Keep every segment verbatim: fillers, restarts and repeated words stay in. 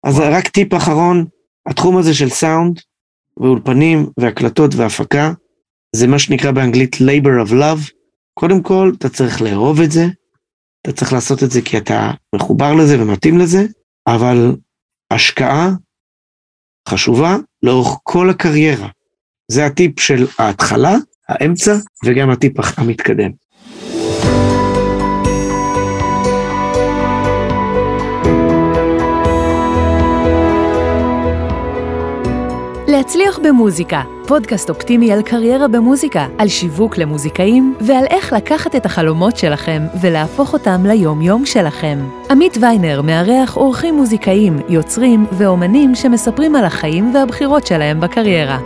אז רק טיפ אחרון, התחום הזה של סאונד, ואולפנים, והקלטות והפקה, זה מה שנקרא באנגלית labor of love. קודם כל, אתה צריך לאהוב את זה, אתה צריך לעשות את זה כי אתה מחובר לזה ומתאים לזה, אבל השקעה חשובה לאורך כל הקריירה. זה הטיפ של ההתחלה, האמצע, וגם הטיפ המתקדם. להצליח במוזיקה, פודקאסט אופטימי על קריירה במוזיקה, על שיווק למוזיקאים ועל איך לקחת את החלומות שלכם ולהפוך אותם ליום-יום שלכם. עמית ויינר מארח אורחים מוזיקאים, יוצרים ואומנים שמספרים על החיים והבחירות שלהם בקריירה.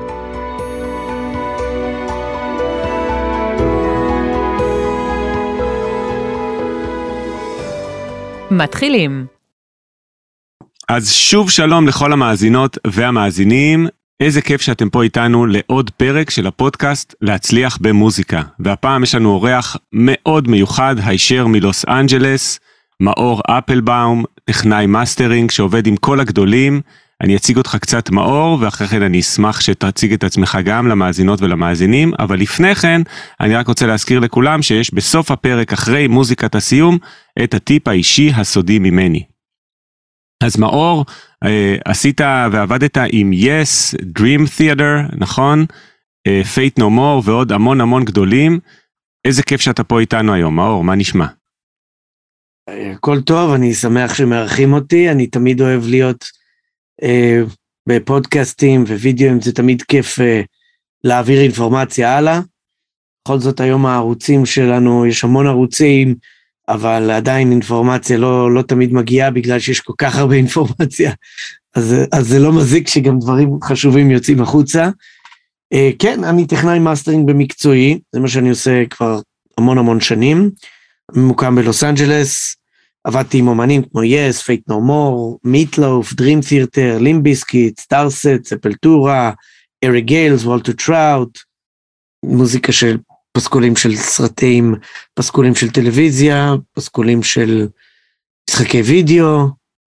מתחילים. אז שוב שלום לכל המאזינות והמאזינים. איזה כיף שאתם פה איתנו לעוד פרק של הפודקאסט להצליח במוזיקה. והפעם יש לנו אורח מאוד מיוחד, הישר מלוס אנג'לס, מאור אפלבאום, טכנאי מאסטרינג שעובד עם כל הגדולים. אני אציג אותך קצת מאור, ואחרי כן אני אשמח שתציג את עצמך גם למאזינות ולמאזינים, אבל לפני כן אני רק רוצה להזכיר לכולם שיש בסוף הפרק אחרי מוזיקת הסיום את הטיפ האישי הסודי ממני. אז מאור, עשית ועבדת עם Yes, Dream Theater, נכון? Fate No More ועוד המון המון גדולים. איזה כיף שאתה פה איתנו היום, מאור, מה נשמע? הכל טוב, אני שמח שמארחים אותי, אני תמיד אוהב להיות אה, בפודקאסטים ווידאוים, זה תמיד כיף אה, להעביר אינפורמציה הלאה. בכל זאת היום הערוצים שלנו, יש המון ערוצים, אבל עדיין אינפורמציה לא, לא תמיד מגיעה, בגלל שיש כל כך הרבה אינפורמציה, אז, אז זה לא מזיק שגם דברים חשובים יוצאים החוצה. Uh, כן, אני טכנאי מאסטרינג במקצועי, זה מה שאני עושה כבר המון המון שנים, ממוקם בלוס אנג'לס, עבדתי עם אומנים כמו Yes, Fate No More, Meatloaf, Dream Theater, Limp Bizkit, Starset, ספלטורה, Eric Gales, Walter Trout, מוזיקה של פסקולים של סרטים, פסקולים של טלוויזיה, פסקולים של משחקי וידאו,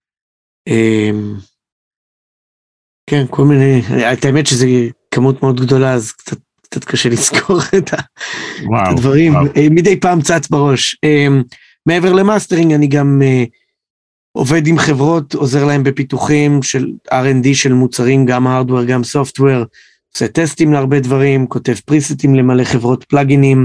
כן, כל מיני, את האמת שזה כמות מאוד גדולה, אז קצת, קצת קשה לזכור את הדברים, מדי פעם צץ בראש. מעבר למאסטרינג, אני גם עובד עם חברות, עוזר להם בפיתוחים של אר אנד די של מוצרים, גם הארדוור, גם סופטוור, עושה טסטים להרבה דברים, כותב פריסטים למלא חברות פלאגינים,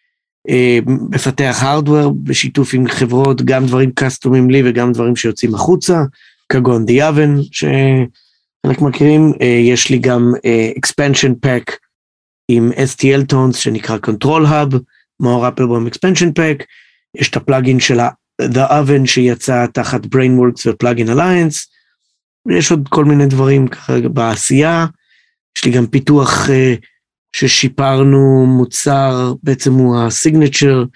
מפתח הארדוור בשיתוף עם חברות, גם דברים קסטומים לי וגם דברים שיוצאים החוצה, כגון The Oven, שחלק מכירים, יש לי גם expansion pack עם אס טי אל tones שנקרא Control Hub, מאור אפלבאום expansion pack, יש את הפלאגין של The Oven שיצא תחת Brainworks ופלאגין Alliance, ויש עוד כל מיני דברים כרגע בעשייה, יש לי גם פיתוח uh, ששיפרנו מוצר, בעצם הוא הסיגנצ'ר,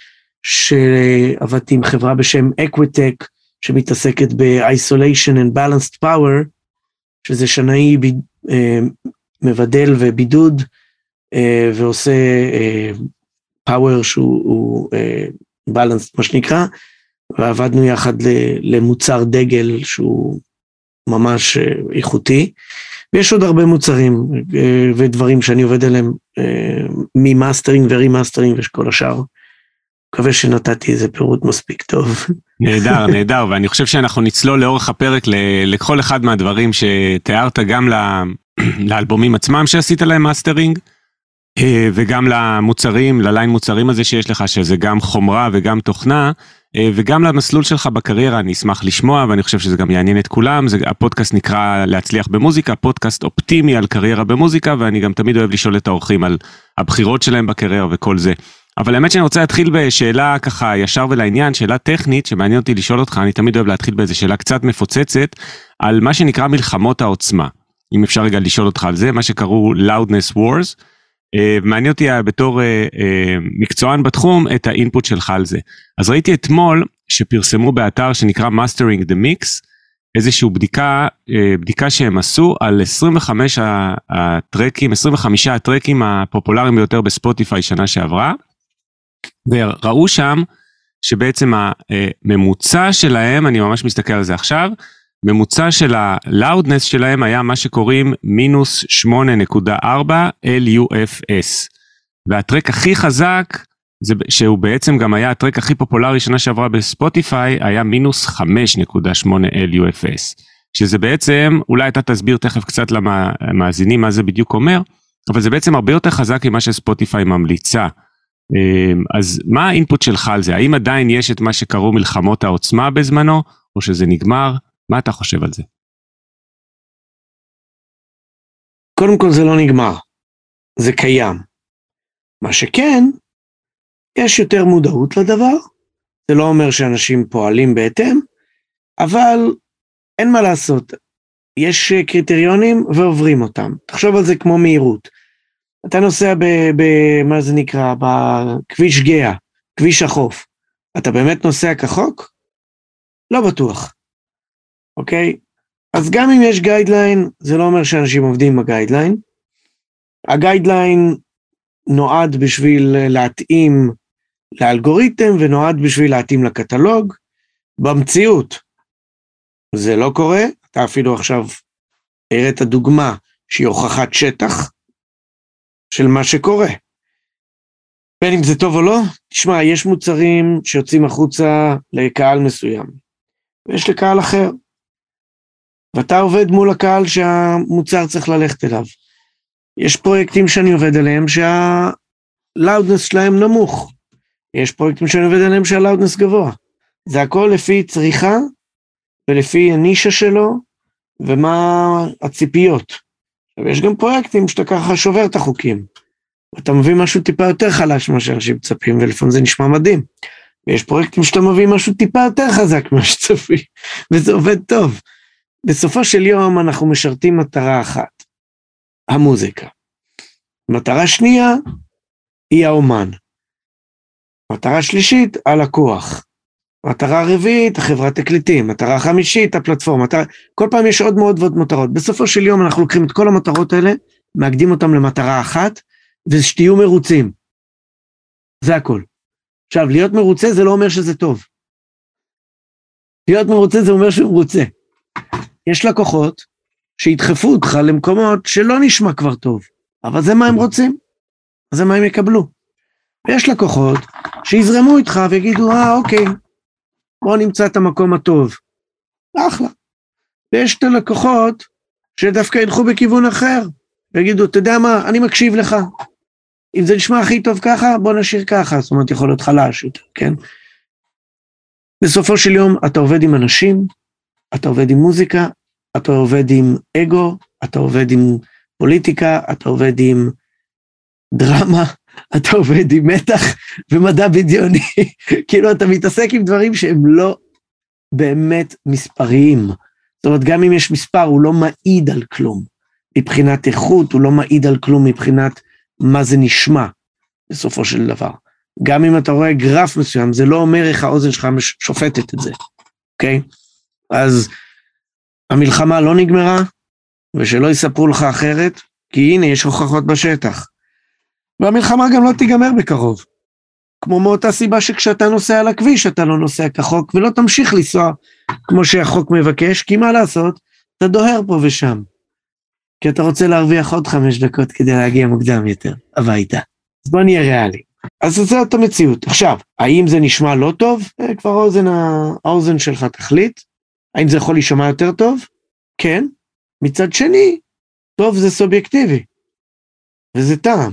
שעבדתי עם חברה בשם Equitech, שמתעסקת ב-Isolation and Balanced Power, שזה שנאי ב, uh, מבדל ובידוד, uh, ועושה uh, Power שהוא uh, Balanced, מה שנקרא, ועבדנו יחד למוצר דגל שהוא ממש uh, איכותי, ויש עוד הרבה מוצרים ודברים שאני עובד עליהם ממאסטרינג ורימאסטרינג ושכל השאר. מקווה שנתתי איזה פירוט מספיק טוב. נהדר, נהדר, ואני חושב שאנחנו נצלול לאורך הפרק לכל אחד מהדברים שתיארת, גם לאלבומים עצמם שעשית להם מאסטרינג, וגם למוצרים, לליין מוצרים הזה שיש לך, שזה גם חומרה וגם תוכנה, וגם למסלול שלך בקריירה. אני אשמח לשמוע, ואני חושב שזה גם יעניין את כולם. זה, הפודקאסט נקרא להצליח במוזיקה, פודקאסט אופטימי על קריירה במוזיקה, ואני גם תמיד אוהב לשאול את האורחים על הבחירות שלהם בקריירה וכל זה. אבל האמת שאני רוצה להתחיל בשאלה ככה ישר ולעניין, שאלה טכנית שמעניין אותי לשאול אותך, אני תמיד אוהב להתחיל באיזו שאלה קצת מפוצצת, על מה שנקרא מלחמות העוצמה. אם אפשר רגע לשאול אותך על זה, מה שקראו loudness wars, ומעניין אותי בתור מקצוען בתחום את האינפוט שלך על זה. אז ראיתי אתמול שפרסמו באתר שנקרא Mastering the Mix, איזושהי בדיקה, בדיקה שהם עשו על עשרים וחמישה הטרקים, עשרים וחמישה הטרקים הפופולריים ביותר בספוטיפיי שנה שעברה, וראו שם שבעצם הממוצע שלהם, אני ממש מסתכל על זה עכשיו, ממוצע של ה-loudness שלהם היה מה שקוראים מינוס שמונה נקודה ארבע אל יו אף אס. והטרק הכי חזק, זה, שהוא בעצם גם היה הטרק הכי פופולרי שנה שעברה בספוטיפיי, היה מינוס חמש נקודה שמונה אל יו אף אס. שזה בעצם, אולי אתה תסביר תכף קצת למאזינים מה זה בדיוק אומר, אבל זה בעצם הרבה יותר חזק ממה שספוטיפיי ממליצה. אז מה האינפוט שלך על זה? האם עדיין יש את מה שקראו מלחמות העוצמה בזמנו, או שזה נגמר? מה אתה חושב על זה? קודם כל זה לא נגמר, זה קיים. מה שכן, יש יותר מודעות לדבר, זה לא אומר שאנשים פועלים בהתאם, אבל אין מה לעשות, יש קריטריונים ועוברים אותם. תחשוב על זה כמו מהירות. אתה נוסע במה זה נקרא, בכביש גאה, כביש החוף. אתה באמת נוסע כחוק? לא בטוח. אוקיי? אז גם אם יש גיידליין, זה לא אומר שאנשים עובדים בגיידליין. הגיידליין נועד בשביל להתאים לאלגוריתם, ונועד בשביל להתאים לקטלוג. במציאות, זה לא קורה. אתה אפילו עכשיו הראת הדוגמה שהיא הוכחת שטח של מה שקורה. בין אם זה טוב או לא, תשמע, יש מוצרים שיוצאים החוצה לקהל מסוים, ויש לקהל אחר. ואתה עובד מול הקהל שהמוצר צריך ללכת אליו. יש פרויקטים שאני עובד עליהם שהלאודנס שלהם נמוך. יש פרויקטים שאני עובד עליהם שהלאודנס גבוה. זה הכל לפי צריכה, ולפי הנישה שלו, ומה הציפיות. ויש גם פרויקטים שאתה ככה שובר את החוקים. ואתה מביא משהו טיפה יותר חלש ממה שאנשים מצפים, ולפעמים זה נשמע מדהים. ויש פרויקטים שאתה מביא משהו טיפה יותר חזק ממה שצפי, וזה עובד טוב. בסופו של יום אנחנו משרתים מטרה אחת, המוזיקה. מטרה שנייה היא האומן. מטרה שלישית, הלקוח. מטרה רביעית, החברת תקליטים. מטרה חמישית, הפלטפורמה. מטרה... כל פעם יש עוד מאוד ועוד מטרות. בסופו של יום אנחנו לוקחים את כל המטרות האלה, מאגדים אותם למטרה אחת, ושתהיו מרוצים. זה הכל. עכשיו, להיות מרוצה זה לא אומר שזה טוב. להיות מרוצה זה אומר שהוא מרוצה. יש לקוחות שידחפו אותך למקומות שלא נשמע כבר טוב, אבל זה מה הם רוצים, זה מה הם יקבלו. ויש לקוחות שיזרמו איתך ויגידו, אה, אוקיי, בוא נמצא את המקום הטוב. אחלה. ויש את הלקוחות שדווקא ילכו בכיוון אחר, ויגידו, אתה יודע מה, אני מקשיב לך. אם זה נשמע הכי טוב ככה, בוא נשאיר ככה, זאת אומרת, יכול להיות חלש יותר, כן? בסופו של יום, אתה עובד עם אנשים, אתה עובד עם מוזיקה, אתה עובד עם אגו, אתה עובד עם פוליטיקה, אתה עובד עם דרמה, אתה עובד עם מתח ומדע בדיוני. כאילו אתה מתעסק עם דברים שהם לא באמת מספריים. זאת אומרת, גם אם יש מספר, הוא לא מעיד על כלום. מבחינת איכות, הוא לא מעיד על כלום מבחינת מה זה נשמע, בסופו של דבר. גם אם אתה רואה גרף מסוים, זה לא אומר איך האוזן שלך שופטת את זה. אוקיי? אז המלחמה לא נגמרה, ושלא יספרו לך אחרת, כי הנה יש הוכחות בשטח. והמלחמה גם לא תיגמר בקרוב. כמו מאותה סיבה שכשאתה נוסע על הכביש, אתה לא נוסע כחוק, ולא תמשיך לנסוע כמו שהחוק מבקש, כי מה לעשות? אתה דוהר פה ושם. כי אתה רוצה להרוויח עוד חמש דקות כדי להגיע מוקדם יותר הביתה. אז בוא נהיה ריאלי. אז זאת המציאות. עכשיו, האם זה נשמע לא טוב? כבר האוזן, האוזן שלך תחליט. האם זה יכול להישמע יותר טוב? כן. מצד שני, טוב זה סובייקטיבי. וזה טעם.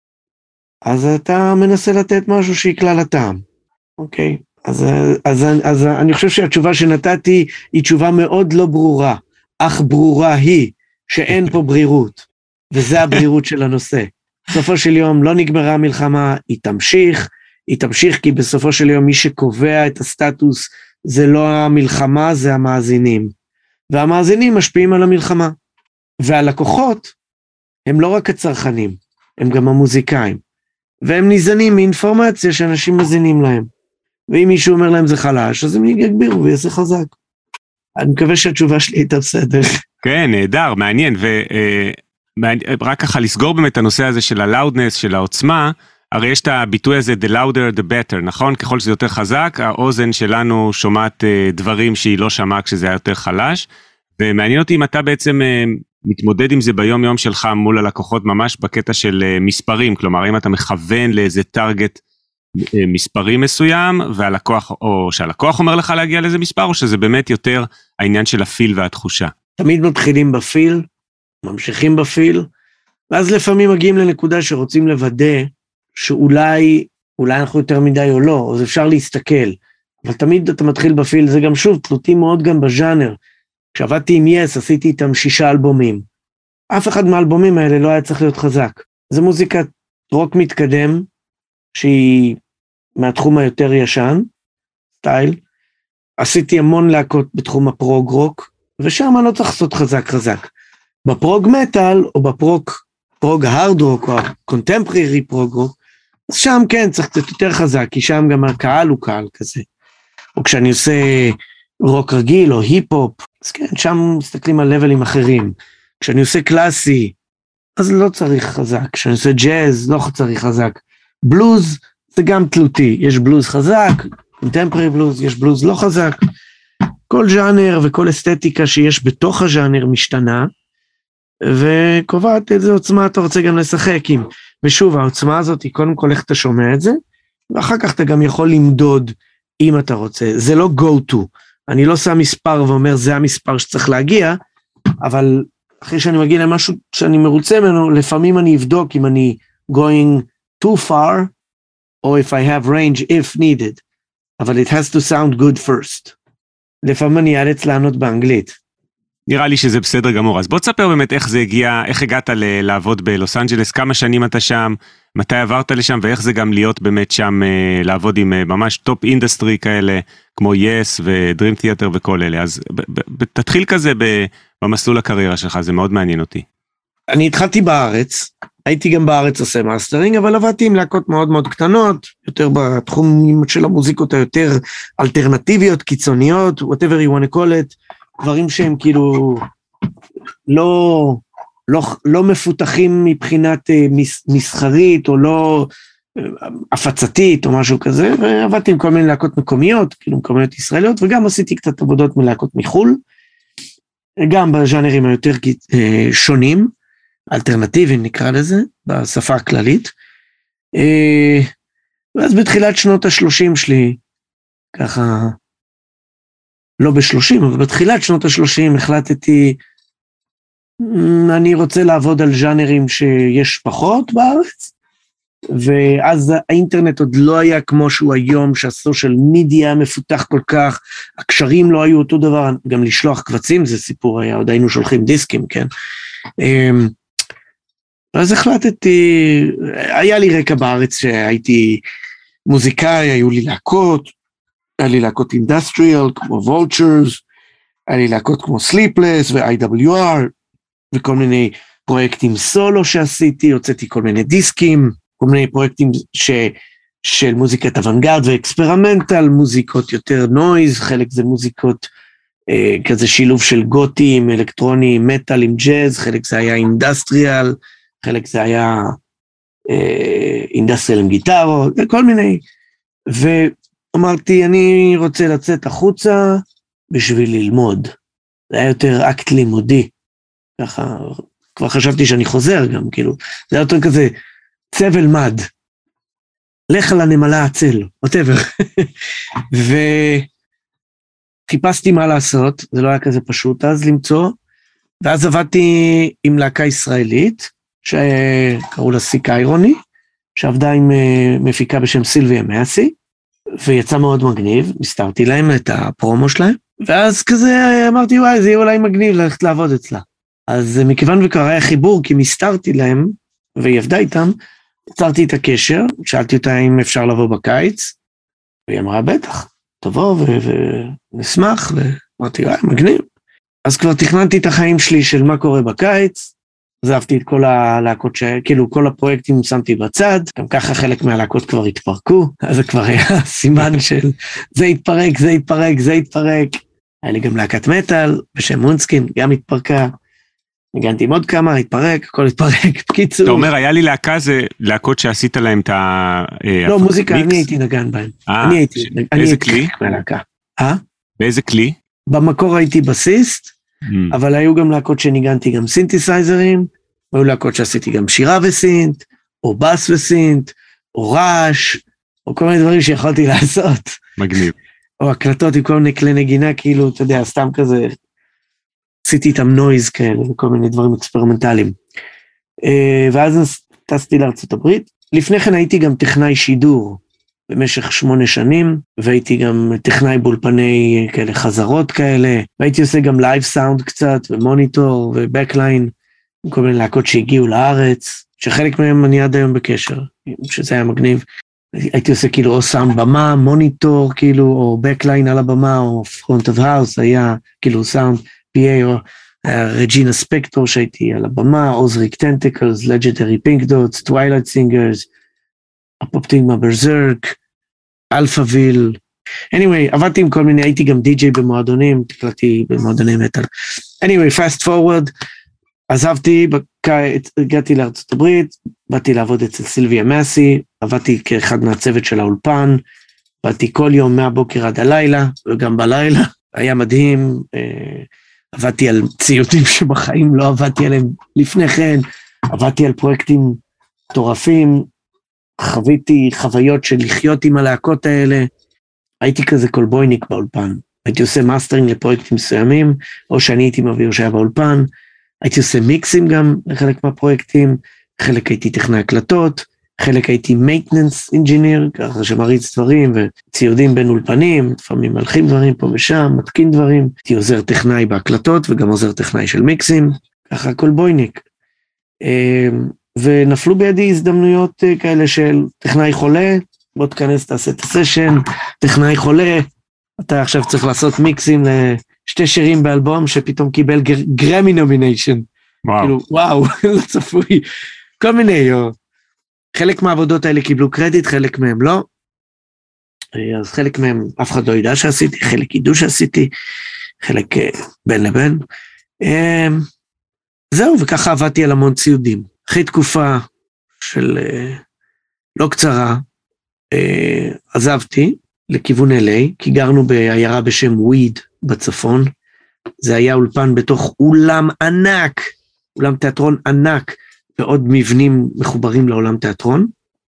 אז אתה מנסה לתת משהו שיקלל הטעם. אוקיי? אז, אז, אז, אז אני חושב שהתשובה שנתתי היא תשובה מאוד לא ברורה, אך ברורה היא שאין פה ברירות, וזה הברירות של הנושא. בסופו של יום לא נגמרה המלחמה, היא תמשיך, היא תמשיך כי בסופו של יום מי שקובע את הסטטוס זה לא המלחמה, זה המאזינים. והמאזינים משפיעים על המלחמה. והלקוחות הם לא רק הצרכנים, הם גם המוזיקאים. והם ניזנים מאינפורמציה שאנשים מזינים להם. ואם מישהו אומר להם זה חלש, אז הם יגבירו ויעשה חזק. אני מקווה שהתשובה שלי הייתה בסדר. כן, נהדר, מעניין, ורק ככה לסגור באמת הנושא הזה של הלאודנס, של העוצמה, הרי יש את הביטוי הזה, the louder the better, נכון? ככל שזה יותר חזק, האוזן שלנו שומעת דברים שהיא לא שמעה כשזה היה יותר חלש, ומעניין אותי אם אתה בעצם מתמודד עם זה ביום יום שלך מול הלקוחות ממש בקטע של מספרים, כלומר, אם אתה מכוון לאיזה טרגט מספרים מסוים, והלקוח, או שהלקוח אומר לך להגיע לאיזה מספר, או שזה באמת יותר העניין של הפיל והתחושה? תמיד מתחילים בפיל, ממשיכים בפיל, ואז לפעמים מגיעים לנקודה שרוצים לוודא שאולי, אולי אנחנו יותר מדי או לא, אז אפשר להסתכל, אבל תמיד אתה מתחיל בפיל, זה גם שוב, תלותי מאוד גם בז'אנר, כשעבדתי עם יס, עשיתי איתם שישה אלבומים, אף אחד מהאלבומים האלה לא היה צריך להיות חזק, זה מוזיקת רוק מתקדם, שהיא מהתחום היותר ישן, סטייל, עשיתי המון להקות בתחום הפרוג רוק, ושם אני לא צריך לעשות חזק חזק, בפרוג מטל, או בפרוג פרוג הארד רוק, או הקונטמפררי פרוג רוק, אז שם כן צריך קצת יותר חזק, כי שם גם הקהל הוא קהל כזה, או כשאני עושה רוק רגיל, או היפ-הופ, אז כן, שם מסתכלים על לבלים אחרים, כשאני עושה קלאסי, אז לא צריך חזק, כשאני עושה ג'אז, לא צריך חזק, בלוז זה גם תלותי, יש בלוז חזק, קונטמפררי בלוז, יש בלוז לא חזק, כל ז'אנר וכל אסתטיקה שיש בתוך הז'אנר משתנה, וקובעת איזה עוצמה אתה רוצה גם לשחק עם, ושוב העוצמה הזאת היא קודם כל איך אתה שומע את זה, ואחר כך אתה גם יכול למדוד אם אתה רוצה, זה לא go to, אני לא שם מספר ואומר זה המספר שצריך להגיע, אבל אחרי שאני מגיע למשהו שאני מרוצה ממנו, לפעמים אני אבדוק אם אני going too far, או if I have range if needed, אבל it has to sound good first. לפעמים אני אאלץ לענות באנגלית. נראה לי שזה בסדר גמור, אז בוא תספר באמת איך זה הגיע, איך הגעת ל- לעבוד בלוס אנג'לס, כמה שנים אתה שם, מתי עברת לשם, ואיך זה גם להיות באמת שם, לעבוד עם ממש טופ אינדסטרי כאלה, כמו יס ודרים תיאטר וכל אלה, אז ב- ב- תתחיל כזה במסלול הקריירה שלך, זה מאוד מעניין אותי. אני התחלתי בארץ, הייתי גם בארץ עושה מאסטרינג, אבל עבדתי עם להקות מאוד מאוד קטנות, יותר בתחום של המוזיקות היותר אלטרנטיביות, קיצוניות, whatever you want to call it, דברים שהם כאילו לא, לא, לא מפותחים מבחינת מסחרית, או לא הפצתית, או משהו כזה, ועבדתי עם כל מיני להקות מקומיות, כאילו מקומיות ישראליות, וגם עשיתי קצת עבודות מלהקות מחול, גם בז'אנרים היותר שונים, אלטרנטיביים נקרא לזה, בשפה הכללית, ואז בתחילת שנות השלושים שלי, ככה, לא בשלושים, אבל בתחילת שנות השלושים החלטתי, אני רוצה לעבוד על ז'אנרים שיש פחות בארץ, ואז האינטרנט עוד לא היה כמו שהוא היום, שהסושיאל מדיה מפותח כל כך, הקשרים לא היו אותו דבר, גם לשלוח קבצים זה סיפור היה, עוד היינו שולחים דיסקים, כן? אז החלטתי, היה לי רקע בארץ שהייתי מוזיקאי, היו לי להקות, היה לי להקות אינדסטריאל כמו וולצ'רס, היה לי להקות כמו סליפלס ו-איי דאבליו אר, וכל מיני פרויקטים סולו שעשיתי, הוצאתי כל מיני דיסקים, כל מיני פרויקטים ש, של מוזיקת אוונגרד ואקספרמנטל, מוזיקות יותר נויז, חלק זה מוזיקות אה, כזה שילוב של גוטים, אלקטרוני, מטל עם ג'אז, חלק זה היה אינדסטריאל, חלק זה היה אה, אינדסטריאל עם גיטרות, כל מיני, ואמרתי, אני רוצה לצאת החוצה בשביל ללמוד, זה היה יותר אקט לימודי, ככה, כבר חשבתי שאני חוזר גם, כאילו, זה היה יותר כזה, צבל מד, לך על הנמלה הצל, whatever, וחיפשתי מה לעשות, זה לא היה כזה פשוט אז למצוא, ואז עבדתי עם להקה ישראלית, שקראו לה סיק איירוני, שעבדה עם מפיקה בשם סילביה מאסי, ויצא מאוד מגניב, הסתרתי להם את הפרומו שלהם, ואז כזה אמרתי, וואי, זה יהיה אולי מגניב ללכת לעבוד אצלה. אז מכיוון וכבר היה חיבור, כי מסתרתי להם, והיא עבדה איתם, יצרתי את הקשר, שאלתי אותה אם אפשר לבוא בקיץ, והיא אמרה, בטח, תבוא ונשמח, ואמרתי, וואי, מגניב. אז כבר תכננתי את החיים שלי של מה קורה בקיץ, עזבתי את כל הלהקות, ש... כאילו כל הפרויקטים שמתי בצד, גם ככה חלק מהלהקות כבר התפרקו, אז זה כבר היה סימן של זה התפרק, זה התפרק, זה התפרק. היה לי גם להקת מטל בשם מונסקין, גם התפרקה. ניגנתי עם עוד כמה, התפרק, הכל התפרק, בקיצור. אתה אומר, היה לי להקה, זה להקות שעשית להם את ה... לא, מוזיקה, אני הייתי נגן בהם. אני הייתי, באיזה כלי? אה? באיזה כלי? במקור הייתי בסיסט, אבל היו גם להקות שניגנתי גם סינתסייזרים, היו להקות שעשיתי גם שירה וסינט, או בס וסינט, או רעש, או כל מיני דברים שיכולתי לעשות. מגניב. או הקלטות עם כל מיני כלי נגינה, כאילו, אתה יודע, סתם כזה, עשיתי איתם נויז כאלה, וכל מיני דברים אקספרימנטליים. ואז טסתי לארצות הברית. לפני כן הייתי גם טכנאי שידור, במשך שמונה שנים, והייתי גם טכנאי באולפני כאלה, חזרות כאלה, והייתי עושה גם לייב סאונד קצת, ומוניטור, ובקליין, כל מיני להקות שהגיעו לארץ, שחלק מהם אני עד היום בקשר, שזה היה מגניב. הייתי עושה כאילו או סאונד במה, מוניטור כאילו, או בקליין על הבמה, או פרונט אוף האוס, היה כאילו סאונד פי איי, או רג'ינה ספקטור שהייתי על הבמה, אוזריק טנטיקלס, לג'נדרי פינק דוטס, טווילייט סינגרס, אפופטיגמה ברזרק, אלפאביל, anyway, עבדתי עם כל מיני, הייתי גם די-ג'יי במועדונים, תקלטתי במועדוני מטל. anyway, fast forward, עזבתי, הגעתי לארצות הברית, באתי לעבוד אצל סילביה מסי, עבדתי כאחד מהצוות של האולפן, באתי כל יום מהבוקר עד הלילה, וגם בלילה, היה מדהים, עבדתי על ציוטים שבחיים לא עבדתי עליהם לפני כן, עבדתי על פרויקטים מטורפים, חוויתי חוויות של לחיות עם הלהקות האלה, הייתי כזה קולבויניק באולפן, הייתי עושה מאסטרינג לפרויקטים מסוימים, או שאני הייתי מביא שהיה באולפן, הייתי עושה מיקסים גם לחלק מהפרויקטים, חלק הייתי טכנאי הקלטות, חלק הייתי maintenance engineer, ככה שמריץ דברים וציודים בין אולפנים, לפעמים מלכים דברים פה ושם, מתקין דברים, הייתי עוזר טכנאי בהקלטות וגם עוזר טכנאי של מיקסים, ככה קולבויניק. ונפלו בידי הזדמנויות כאלה של טכנאי חולה, בוא תכנס תעשה את הסשן, טכנאי חולה, אתה עכשיו צריך לעשות מיקסים לשתי שירים באלבום שפתאום קיבל גרמי נומיניישן. וואו. כאילו, וואו, לא צפוי. כל מיני, או, חלק מהעבודות האלה קיבלו קרדיט, חלק מהם לא. אז חלק מהם אף אחד לא ידע שעשיתי, חלק ידעו שעשיתי, חלק בין לבין. זהו, וככה עבדתי על המון ציודים. אחרי תקופה של לא קצרה, עזבתי לכיוון אל איי, כי גרנו בעיירה בשם וויד בצפון, זה היה אולפן בתוך אולם ענק, אולם תיאטרון ענק, ועוד מבנים מחוברים לעולם תיאטרון,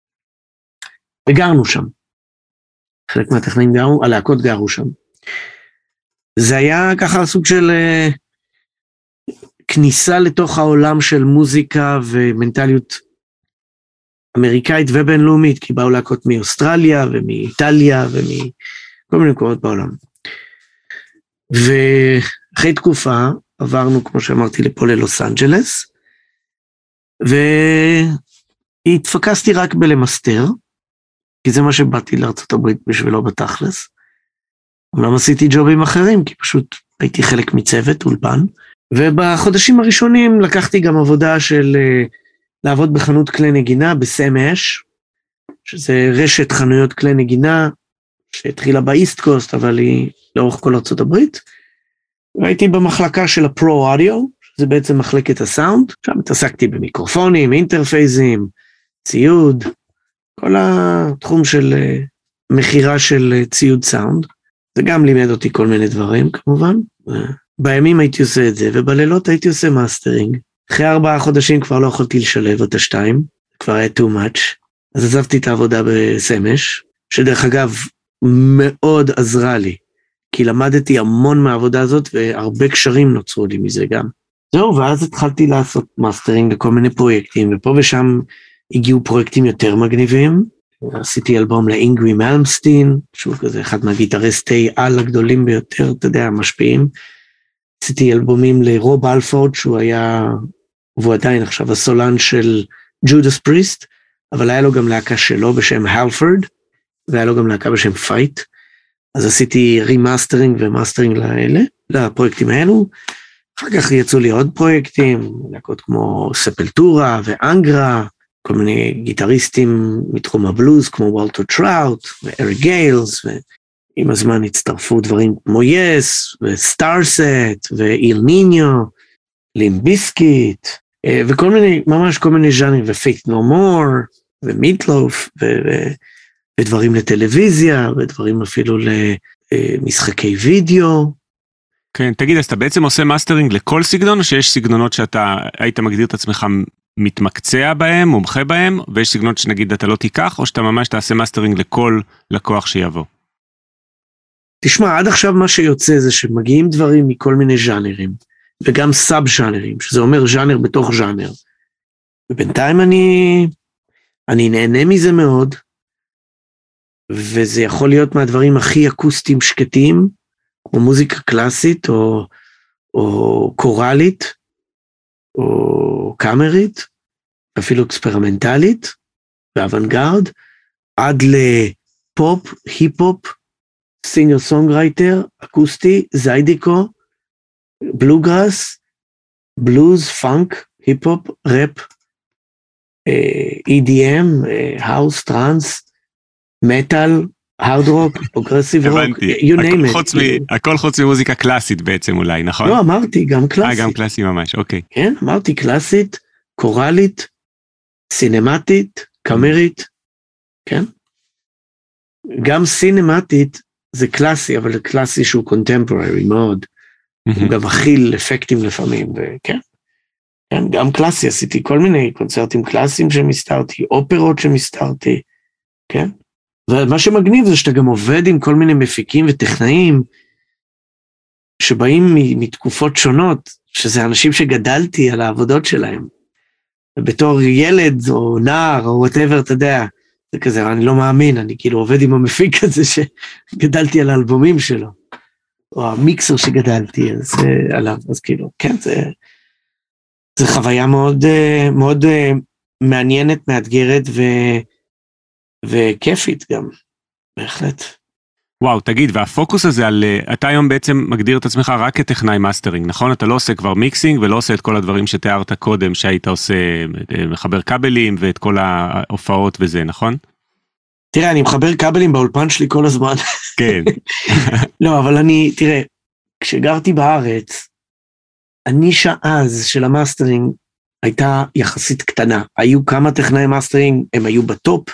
וגרנו שם. חלק מהטכנאים גרו, הלהקות גרו שם. זה היה ככה סוג של uh, כניסה לתוך העולם של מוזיקה ומנטליות אמריקאית ובינלאומית, כי באו להקות מאוסטרליה ומאיטליה ומכל מיני מקומות בעולם. ואחרי תקופה עברנו, כמו שאמרתי, לפה ללוס אנג'לס, והתפקסתי רק בלמסטר, כי זה מה שבאתי לארצות הברית בשבילו בתכלס. אומנם עשיתי ג'ובים אחרים, כי פשוט הייתי חלק מצוות, אולפן, ובחודשים הראשונים לקחתי גם עבודה של לעבוד בחנות כלי נגינה, בסם אש, שזה רשת חנויות כלי נגינה, שהתחילה באיסט קוסט, אבל היא לאורך כל ארצות הברית, והייתי במחלקה של הפרו-אודיו, שזה בעצם מחלקת הסאונד, שם התעסקתי במיקרופונים, אינטרפייזים, ציוד, כל התחום של מחירה של ציוד סאונד, זה גם לימד אותי כל מיני דברים כמובן, בימים הייתי עושה את זה, ובלילות הייתי עושה מאסטרינג, אחרי ארבעה חודשים כבר לא יכולתי לשלב את השתיים, כבר היה too much, אז עזבתי את העבודה בסמש, שדרך אגב מאוד עזרה לי, כי למדתי המון מהעבודה הזאת, והרבה קשרים נוצרו לי מזה גם. זהו, ואז התחלתי לעשות מאסטרינג לכל מיני פרויקטים, ופה ושם הגיעו פרויקטים יותר מגניבים, עשיתי אלבום לאינגרי מלמסטין, שהוא כזה אחד מהגיטריסטי על הגדולים ביותר, אתה יודע, המשפיעים, עשיתי אלבומים לרוב אלפורד, שהוא היה, והוא עדיין עכשיו הסולן של ג'ודס פריסט, אבל היה לו גם להקה שלו בשם הלפורד, והיה לו גם להקה בשם פייט, אז עשיתי רימאסטרינג ומאסטרינג לאלה, לפרויקטים האלו, אחר כך יצאו לי עוד פרויקטים, להקות כמו ספלטורה ואנגרה, כל מיני גיטריסטים מתחום הבלוז, כמו וולטר טראוט ואריק גיילס, ועם הזמן הצטרפו דברים כמו יס, וסטארסט, ואיל ניניו, לימביסקיט, וכל מיני, ממש כל מיני ז'אנרים, ו-Faith No More, ומיטלוף, ודברים לטלוויזיה, ודברים אפילו למשחקי וידאו. כן, תגיד, אז אתה בעצם עושה מאסטרינג לכל סגנון, או שיש סגנונות שאתה היית מגדיר את עצמך מתמקצע בהם, מומחה בהם, ויש סגנונות שנגיד אתה לא תיקח, או שאתה ממש תעשה מאסטרינג לכל לקוח שיבוא? תשמע, עד עכשיו מה שיוצא זה שמגיעים דברים מכל מיני ז'אנרים, וגם סאב ז'אנרים, שזה אומר ז'אנר בתוך ז'אנר. ובינתיים אני, אני נהנה מזה מאוד, וזה יכול להיות מהדברים הכי אקוסטיים שקטים, כמו מוזיקה קלאסית, או, או קורלית, או קאמרית, אפילו אקספרימנטלית, ואוונגרד, עד לפופ, היפ-הופ, סינגר סונגרייטר, אקוסטי, זיידיקו, בלוגראס, בלוז, פאנק, היפ-הופ, ראפ, E D M, האוס, טרנס, מטל, הארד רוק, פרוגרסיב רוק, you name it. הכל חוץ ממוזיקה קלאסית בעצם אולי, נכון? לא, אמרתי, גם קלאסית. אה, גם קלאסי ממש, אוקיי. כן, אמרתי קלאסית, קורלית, סינמטית, קאמרית, כן? גם סינמטית זה קלאסי, אבל זה קלאסי שהוא קונטמפוררי מאוד. הוא גם מכיל אפקטים לפעמים, וכן. כן, גם קלאסי, עשיתי כל מיני קונצרטים קלאסיים שמסתרתי, אופרות שמסתרתי, כן? ומה שמגניב זה שאתה גם עובד עם כל מיני מפיקים וטכנאים, שבאים מתקופות שונות, שזה אנשים שגדלתי על העבודות שלהם, ובתור ילד או נער או whatever, אתה יודע, זה כזה, אני לא מאמין, אני כאילו עובד עם המפיק הזה שגדלתי על האלבומים שלו, או המיקסר שגדלתי אז, עליו, אז כאילו, כן, זה, זה חוויה מאוד, מאוד מעניינת, מאתגרת ו, וכיפית גם, בהחלט. וואו, תגיד, והפוקוס הזה על, אתה היום בעצם מגדיר את עצמך רק כטכנאי מאסטרינג, נכון? אתה לא עושה כבר מיקסינג ולא עושה את כל הדברים שתיארת קודם, שהיית עושה מחבר כבלים ואת כל ההופעות וזה, נכון? תראה, אני מחבר כבלים באולפן שלי כל הזמן. כן. לא, אבל אני, תראה, כשגרתי בארץ, הנישה אז של המאסטרינג הייתה יחסית קטנה. היו כמה טכנאי מאסטרינג, הם היו בטופ,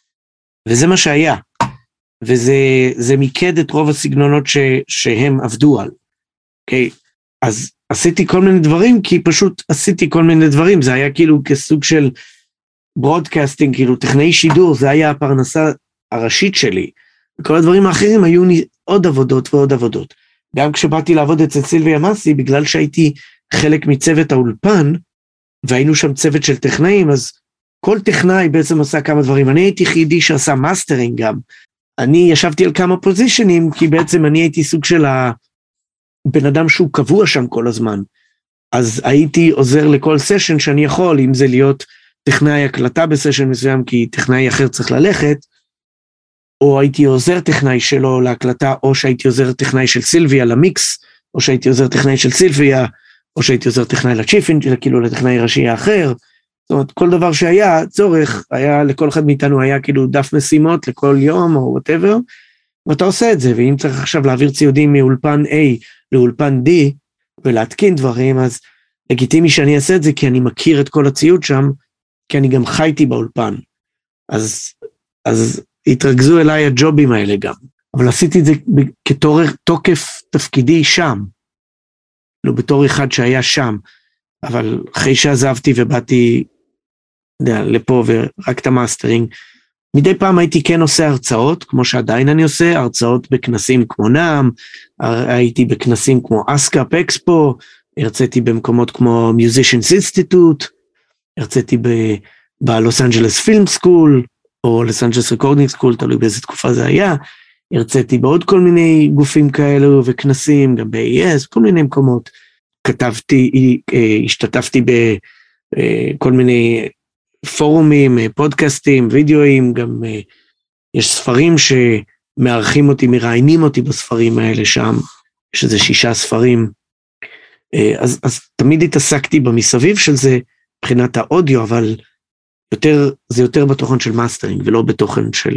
וזה מה שהיה. וזה זה מיקד את רוב הסגנונות ש, שהם עבדו על. אוקיי? אז עשיתי כל מיני דברים, כי פשוט עשיתי כל מיני דברים, זה היה כאילו כסוג של ברודקאסטינג, כאילו טכנאי שידור, זה היה הפרנסה הראשית שלי, וכל הדברים האחרים היו עוד עבודות ועוד עבודות. גם כשבאתי לעבוד אצל סילביה מסי, בגלל שהייתי חלק מצוות האולפן, והיינו שם צוות של טכנאים, אז כל טכנאי בעצם עשה כמה דברים, אני הייתי חידי שעשה מאסטרינג גם, אני ישבתי על כמה פוזישנים, כי בעצם אני הייתי סוג של הבן אדם שהוא קבוע שם כל הזמן, אז הייתי עוזר לכל סשן שאני יכול, אם זה להיות טכנאי הקלטה בסשן מסוים, כי טכנאי אחר צריך ללכת, או הייתי עוזר טכנאי שלו להקלטה, או שהייתי עוזר טכנאי של סילביה למיקס, או שהייתי עוזר טכנאי של סילביה, או שהייתי עוזר טכנאי לצ'יפין, כאילו לטכנאי ראשי האחר, זאת אומרת, כל דבר שהיה צורך, היה לכל אחד מאיתנו היה כאילו דף משימות לכל יום או whatever, ואתה עושה את זה, ואם צריך עכשיו להעביר ציודים מאולפן A לאולפן D, ולהתקין דברים, אז לגיטימי שאני אעשה את זה, כי אני מכיר את כל הציוד שם, כי אני גם חייתי באולפן. אז, אז התרכזו אליי הג'ובים האלה גם. אבל עשיתי את זה כתור תוקף תפקידי שם, לא בתור אחד שהיה שם, אבל אחרי שעזבתי ובאתי יודע, לפה ורק את המאסטרינג, מדי פעם הייתי כן עושה הרצאות, כמו שעדיין אני עושה, הרצאות בכנסים כמו נעם, הייתי בכנסים כמו אסקאפ אקספו, הרציתי במקומות כמו Musicians Institute, הרציתי בלוס אנג'לס פילם סקול, או לוס אנג'לס רקורדינג סקול, תלוי באיזה תקופה זה היה, הרציתי בעוד כל מיני גופים כאלו וכנסים, גם ב-E S, כל מיני מקומות, כתבתי, השתתפתי בכל מיני פורומים, פודקאסטים, וידאוים, גם יש ספרים שמארחים אותי, מראיינים אותי בספרים האלה שם, יש איזה שישה ספרים, אז, אז תמיד התעסקתי במסביב של זה, מבחינת האודיו, אבל יותר, זה יותר בתוכן של מאסטרינג, ולא בתוכן של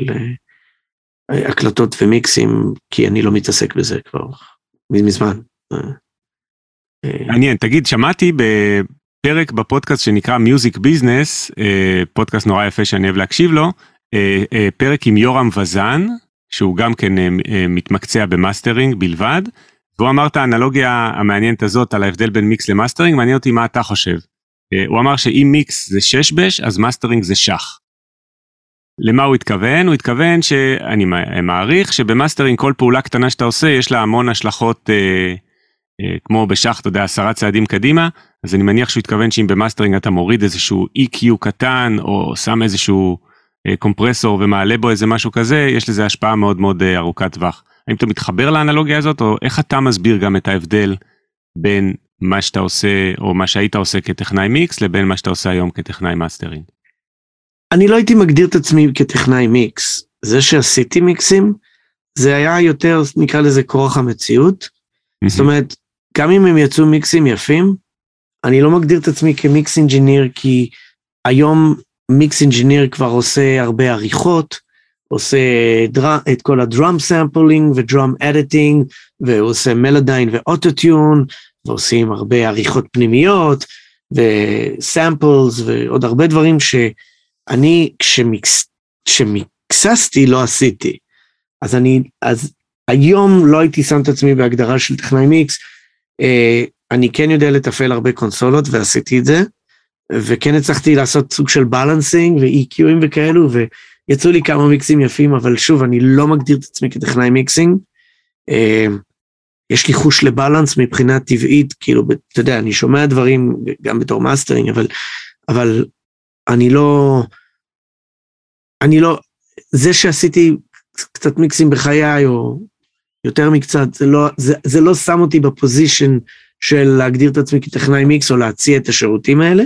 הקלטות ומיקסים, כי אני לא מתעסק בזה כבר מזמן. מעניין, תגיד, שמעתי בפרק בפודקאסט שנקרא Music Business, פודקאסט נורא יפה שאני אוהב להקשיב לו, פרק עם יורם וזן, שהוא גם כן מתמקצע במאסטרינג בלבד, והוא אמר את האנלוגיה המעניינת הזאת על ההבדל בין מיקס למאסטרינג, מעניין אותי מה אתה חושב. הוא אמר שאם מיקס זה שש בש, אז מאסטרינג זה שח. למה הוא התכוון? הוא התכוון שאני מעריך שבמאסטרינג כל פעולה קטנה שאתה עושה, יש לה המון השלכות, אה, אה, כמו בשח, אתה יודע, עשרה צעדים קדימה, אז אני מניח שהוא התכוון שאם במאסטרינג אתה מוריד איזשהו אי קיו קטן, או שם איזשהו אה, קומפרסור ומעלה בו איזה משהו כזה, יש לזה השפעה מאוד מאוד אה, ארוכת טווח. האם אתה מתחבר לאנלוגיה הזאת, או איך אתה מסביר גם את ההבדל בין מה שאתה עושה, או מה שהיית עושה כטכנאי מיקס, לבין מה שאתה עושה היום כטכנאי מאסטרינג? אני לא הייתי מגדיר את עצמי כטכנאי מיקס. זה שעשיתי מיקסים, זה היה יותר, נקרא לזה, כורח המציאות. Mm-hmm. זאת אומרת, גם אם הם יצאו מיקסים יפים, אני לא מגדיר את עצמי כמיקס אינג'יניר, כי היום מיקס אינג'יניר כבר עושה הרבה עריכות, עושה דר... את כל הדרום סמפלינג ודרום אדיטינג, והוא עושה מלודיין ואוטוטיון, ועושים הרבה עריכות פנימיות, וסמפלס, ועוד הרבה דברים שאני, כשמיקס, כשמיקססתי, לא עשיתי. אז אני, אז היום לא הייתי שם את עצמי בהגדרה של טכנאי מיקס, אני כן יודע לתפעל הרבה קונסולות, ועשיתי את זה, וכן הצלחתי לעשות סוג של בלנסינג, ו-אי קיו'ים וכאלו, ויצאו לי כמה מיקסים יפים, אבל שוב, אני לא מגדיר את עצמי כטכנאי מיקסינג, יש לי חוש לבלנס מבחינה טבעית, כאילו, אתה יודע, אני שומע דברים גם בתור מאסטרינג, אבל, אבל אני לא, אני לא, זה שעשיתי קצת מיקסים בחיי, או יותר מקצת, זה לא, זה, זה לא שם אותי בפוזישן של להגדיר את עצמי כטכנאי מיקס, או להציע את השירותים האלה.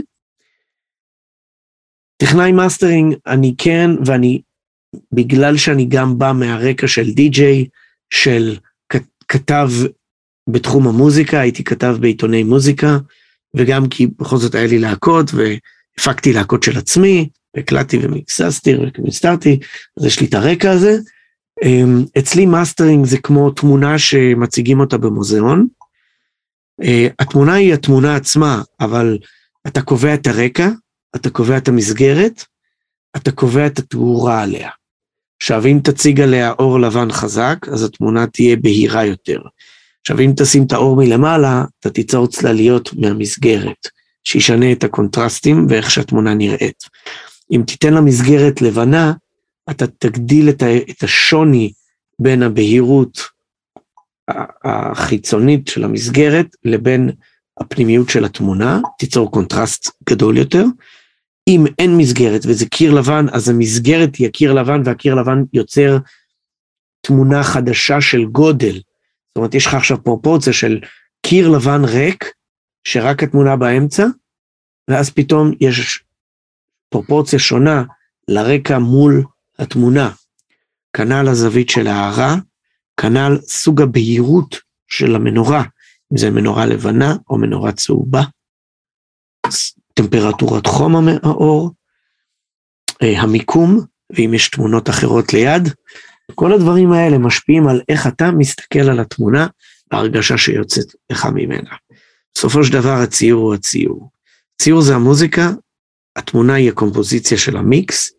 טכנאי מאסטרינג, אני כן, ואני, בגלל שאני גם בא מהרקע של די-ג'יי, של כתב בתחום המוזיקה, הייתי כתב בעיתוני מוזיקה, וגם כי בכל זאת היה לי להקות, והפקתי להקות של עצמי, והקלטתי ומקססתי ומסתרתי, אז יש לי את הרקע הזה. אצלי מאסטרינג זה כמו תמונה שמציגים אותה במוזיאון, התמונה היא התמונה עצמה, אבל אתה קובע את הרקע, אתה קובע את המסגרת, אתה קובע את התאורה עליה. עכשיו, אם תציג עליה אור לבן חזק, אז התמונה תהיה בהירה יותר. עכשיו, אם תשים את האור מלמעלה, אתה תיצור צלליות מהמסגרת, שישנה את הקונטרסטים ואיך שהתמונה נראית. אם תיתן לה מסגרת לבנה, אתה תגדיל את השוני בין הבהירות החיצונית של המסגרת, לבין הפנימיות של התמונה, תיצור קונטרסט גדול יותר. אם אין מסגרת וזה קיר לבן, אז המסגרת היא הקיר לבן, והקיר לבן יוצר תמונה חדשה של גודל. זאת אומרת, יש לך עכשיו פרופורציה של קיר לבן ריק, שרק התמונה באמצע, ואז פתאום יש פרופורציה שונה לרקע מול התמונה. כנ"ל הזווית של הערה, כנ"ל סוג הבהירות של המנורה, אם זה מנורה לבנה או מנורה צהובה, טמפרטורת חום האור, המיקום, ואם יש תמונות אחרות ליד, כל הדברים האלה משפיעים על איך אתה מסתכל על התמונה, והרגשה שיוצאת לך ממנה. בסופו של דבר הציור הוא הציור. הציור זה המוזיקה, התמונה היא הקומפוזיציה של המיקס,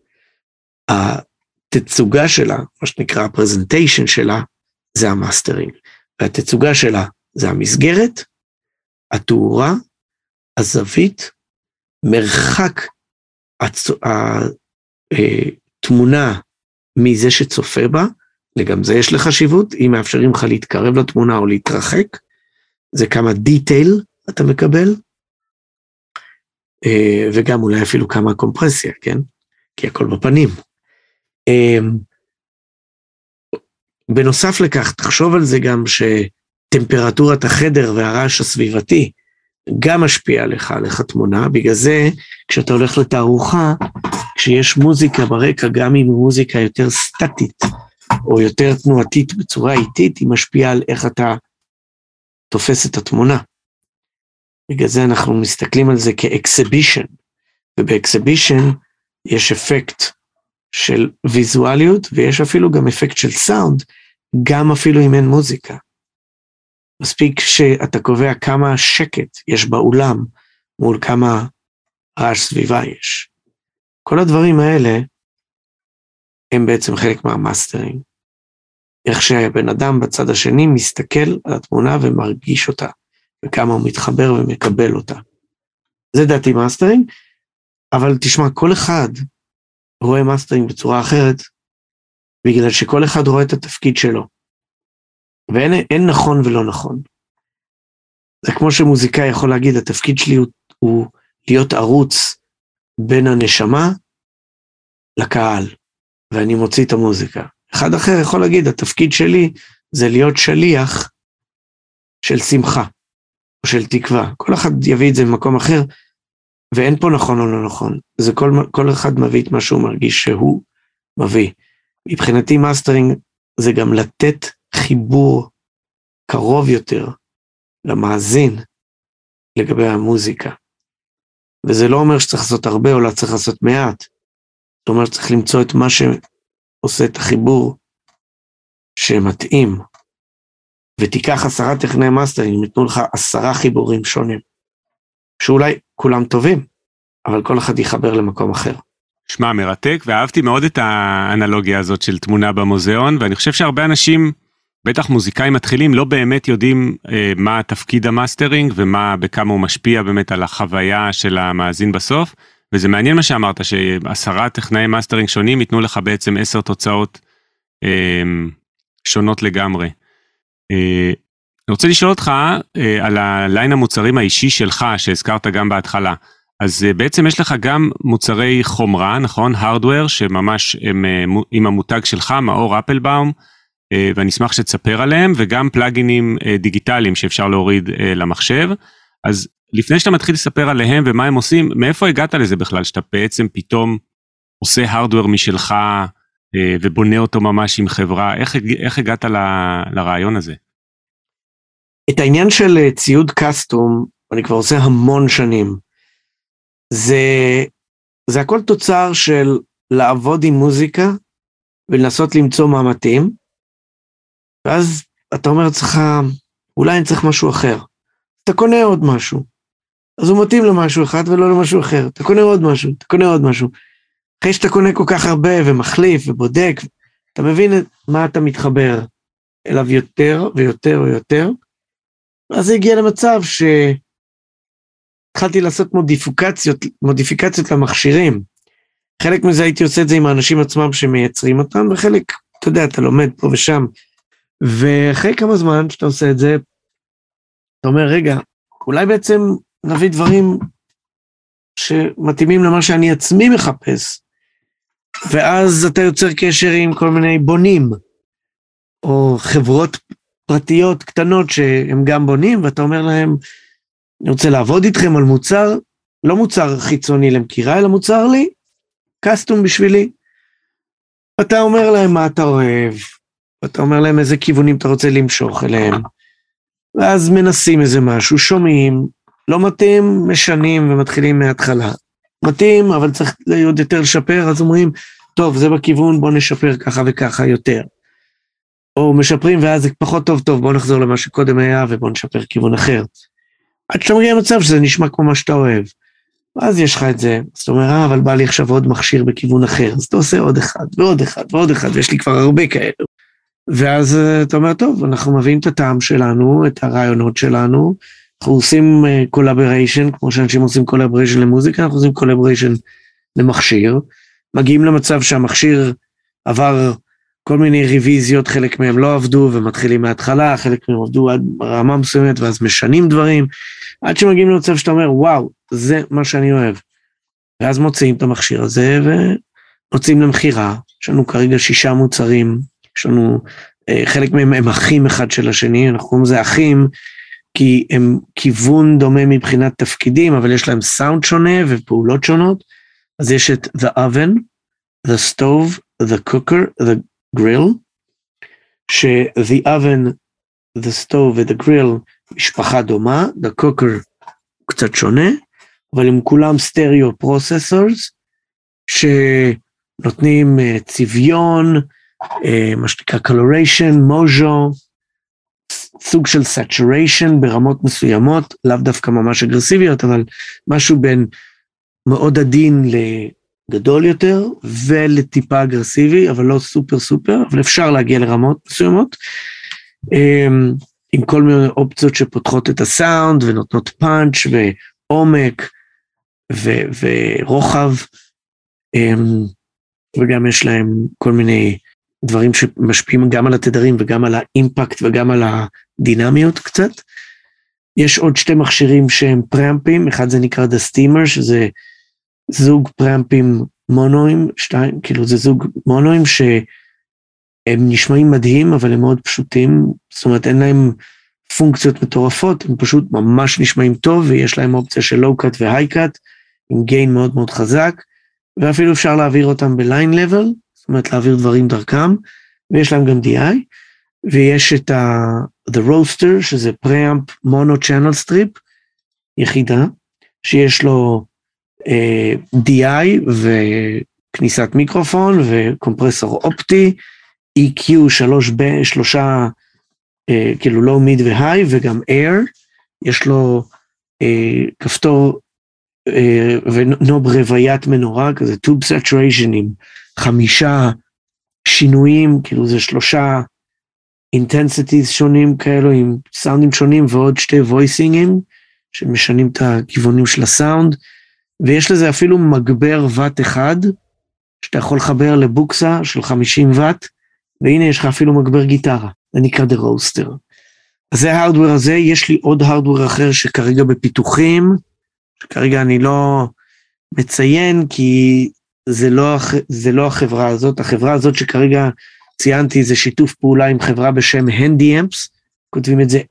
התצוגה שלה, מה שנקרא הפרזנטיישן שלה, זה המאסטרינג, והתצוגה שלה זה המסגרת, התאורה, הזווית, מרחק התמונה מזה שצופה בה, וגם זה יש לחשיבות, אם מאפשרים לך להתקרב לתמונה או להתרחק, זה כמה דיטייל אתה מקבל, וגם אולי אפילו כמה קומפרסיה, כן? כי הכל בפנים. בנוסף לכך, תחשוב על זה גם שטמפרטורת החדר והרעש הסביבתי, גם משפיע עליך, עליך תמונה, בגלל זה, כשאתה הולך לתערוכה, כשיש מוזיקה ברקע, גם אם מוזיקה יותר סטטית, או יותר תנועתית בצורה איטית, היא משפיעה על איך אתה תופס את התמונה. בגלל זה אנחנו מסתכלים על זה כאקסיבישן, ובאקסיבישן יש אפקט של ויזואליות, ויש אפילו גם אפקט של סאונד, גם אפילו אם אין מוזיקה. מספיק שאתה קובע כמה שקט יש באולם, מול כמה רעש סביבה יש. כל הדברים האלה, הם בעצם חלק מהמאסטרינג. איך שהבן אדם בצד השני מסתכל על התמונה ומרגיש אותה, וכמה הוא מתחבר ומקבל אותה. זה דעתי מאסטרינג, אבל תשמע, כל אחד רואה מאסטרינג בצורה אחרת, בגלל שכל אחד רואה את התפקיד שלו. ואין אין נכון ולא נכון. זה כמו שמוזיקאי יכול להגיד, התפקיד שלי הוא, הוא להיות ערוץ בין הנשמה לקהל, ואני מוציא את המוזיקה. אחד אחר יכול להגיד, התפקיד שלי זה להיות שליח של שמחה, או של תקווה. כל אחד יביא את זה במקום אחר, ואין פה נכון או לא נכון. זה כל, כל אחד מביא את מה שהוא מרגיש שהוא מביא. מבחינתי מאסטרינג זה גם לתת חיבור קרוב יותר למאזין לגבי המוזיקה. וזה לא אומר שצריך לעשות הרבה או לא צריך לעשות מעט. זאת אומרת שצריך למצוא את מה שעושה את החיבור שמתאים. ותיקח עשרה טכנאי מאסטרינג, הם יתנו לך עשרה חיבורים שונים. שאולי כולם טובים, אבל כל אחד יחבר למקום אחר. שמע, מרתק, ואהבתי מאוד את האנלוגיה הזאת של תמונה במוזיאון, ואני חושב שהרבה אנשים, בטח מוזיקאים מתחילים, לא באמת יודעים אה, מה תפקיד המאסטרינג, ומה, בכמה הוא משפיע באמת על החוויה של המאזין בסוף, וזה מעניין מה שאמרת, שעשרה טכנאי מאסטרינג שונים, ייתנו לך בעצם עשר תוצאות אה, שונות לגמרי. אה, אני רוצה לשאול אותך אה, על הליין המוצרים האישי שלך, שהזכרת גם בהתחלה, אז בעצם יש לך גם מוצרי חומרה, נכון? Hardware, שממש הם עם המותג שלך, מאור אפלבאום, ואני אשמח שתספר עליהם, וגם פלאגינים דיגיטליים שאפשר להוריד למחשב. אז לפני שאתה מתחיל לספר עליהם ומה הם עושים, מאיפה הגעת לזה בכלל, שאתה בעצם פתאום עושה Hardware משלך, ובונה אותו ממש עם חברה? איך, איך הגעת ל, לרעיון הזה? את העניין של ציוד קסטום, אני כבר עושה המון שנים. זה, זה הכל תוצר של לעבוד עם מוזיקה, ולנסות למצוא מה מתאים, ואז אתה אומר צריך, אולי אני צריך משהו אחר. אתה קונה עוד משהו, אז הוא מתאים למשהו אחד ולא למשהו אחר. אתה קונה עוד משהו, אתה קונה עוד משהו. אחרי שאתה קונה כל כך הרבה ומחליף ובודק, אתה מבין מה אתה מתחבר אליו יותר ויותר ויותר, ואז זה הגיע למצב ש... התחלתי לעשות מודיפיקציות, מודיפיקציות למכשירים. חלק מזה הייתי עושה את זה עם האנשים עצמם שמייצרים אותם, וחלק, אתה יודע, אתה לומד פה ושם. ואחרי כמה זמן שאתה עושה את זה, אתה אומר, רגע, אולי בעצם נביא דברים שמתאימים למה שאני עצמי מחפש. ואז אתה יוצר קשר עם כל מיני בונים, או חברות פרטיות קטנות שהם גם בונים, ואתה אומר להם, אני רוצה לעבוד איתכם על מוצר, לא מוצר חיצוני למכירה, אלא מוצר לי, קסטום בשבילי. אתה אומר להם מה אתה אוהב, אתה אומר להם איזה כיוונים אתה רוצה למשוך אליהם, ואז מנסים איזה משהו, שומעים, לא מתאים, משנים ומתחילים מההתחלה. מתאים, אבל צריך עוד יותר לשפר, אז אומרים, טוב, זה בכיוון, בוא נשפר ככה וככה יותר. או משפרים, ואז זה פחות טוב, טוב, בוא נחזור למה שקודם היה, ובוא נשפר כיוון אחר. עד שאתה מגיע למצב שזה נשמע כמו מה שאתה אוהב. ואז יש לך את זה, אז אתה אומר, אה, אבל בא לי עכשיו עוד מכשיר בכיוון אחר, אז אתה עושה עוד אחד, ועוד אחד, ועוד אחד, ויש לי כבר הרבה כאלה. ואז אתה אומר, טוב, אנחנו מביאים את הטעם שלנו, את הרעיונות שלנו, אנחנו עושים קולאבריישן, כמו שאנשים עושים קולאבריישן למוזיקה, אנחנו עושים קולאבריישן למכשיר, מגיעים למצב שהמכשיר עבר כל מיני ריוויזיות, חלק מהם לא עבדו, ומתחילים מההתחלה, חלק מהם עבדו עד רמה מסוימת, ואז משנים דברים, עד שמגיעים למצב שאתה אומר, וואו, זה מה שאני אוהב. ואז מוצאים את המכשיר הזה, ומוצאים למחירה, יש לנו כרגע שישה מוצרים, יש לנו, חלק מהם הם אחים אחד של השני, אנחנו קוראים לזה אחים, כי הם כיוון דומה מבחינת תפקידים, אבל יש להם סאונד שונה ופעולות שונות, אז יש את the oven, the stove, the cooker, the grill, ש-the oven, the stove ו-the grill משפחה דומה, the cooker קצת שונה, אבל הם כולם סטריאו פרוססורס, שנותנים צביון, מה שנקרא coloration, מוז'ו, סוג של saturation ברמות מסוימות, לאו דווקא ממש אגרסיביות, אבל משהו בין מאוד עדין לגדול יותר, ולטיפה אגרסיבי, אבל לא סופר סופר, אבל אפשר להגיע לרמות מסוימות, עם כל מיני אופציות שפותחות את הסאונד, ונותנות פאנץ' ועומק, ו- ורוחב, וגם יש להם כל מיני דברים שמשפיעים גם על התדרים, וגם על האימפקט, וגם על הדינמיות קצת. יש עוד שתי מכשירים שהם פרמפים, אחד זה נקרא The Steamer, שזה זוג פרמפים מונואים, שתיים, כאילו זה זוג מונואים שהם נשמעים מדהים, אבל הם מאוד פשוטים, זאת אומרת אין להם פונקציות מטורפות, הם פשוט ממש נשמעים טוב, ויש להם אופציה של לואו-קאט והיי-קאט, עם גיין מאוד מאוד חזק, ואפילו אפשר להעביר אותם בליין לבל, זאת אומרת להעביר דברים דרכם, ויש להם גם די איי, ויש את ה The Roaster, שזה פרמפ מונו צ'אנל סטריפ, יחידה, שיש לו אה, די איי וכניסת מיקרופון, וקומפרסור אופטי, אי קיו שלוש ב, שלושה, אה, כאילו לואו מיד והי, וגם אייר, יש לו אה, כפתור, אה, ונוב רוויית מנורה, כזה טוב סטוריישן עם חמישה שינויים, כאילו זה שלושה, אינטנסיטיז שונים כאלו, עם סאונדים שונים, ועוד שתי וויסינגים, שמשנים את הכיוונים של הסאונד, ויש לזה אפילו מגבר וט אחד, שאתה יכול לחבר לבוקסה של חמישים וט, והנה יש לך אפילו מגבר גיטרה, זה נקרא The Roaster. אז זה ההרדוור הזה, יש לי עוד הרדוור אחר, שכרגע בפיתוחים, שכרגע אני לא מציין, כי זה לא, זה לא החברה הזאת, החברה הזאת שכרגע, ציינתי, זה שיתוף פעולה עם חברה בשם Handy Amps, כותבים את זה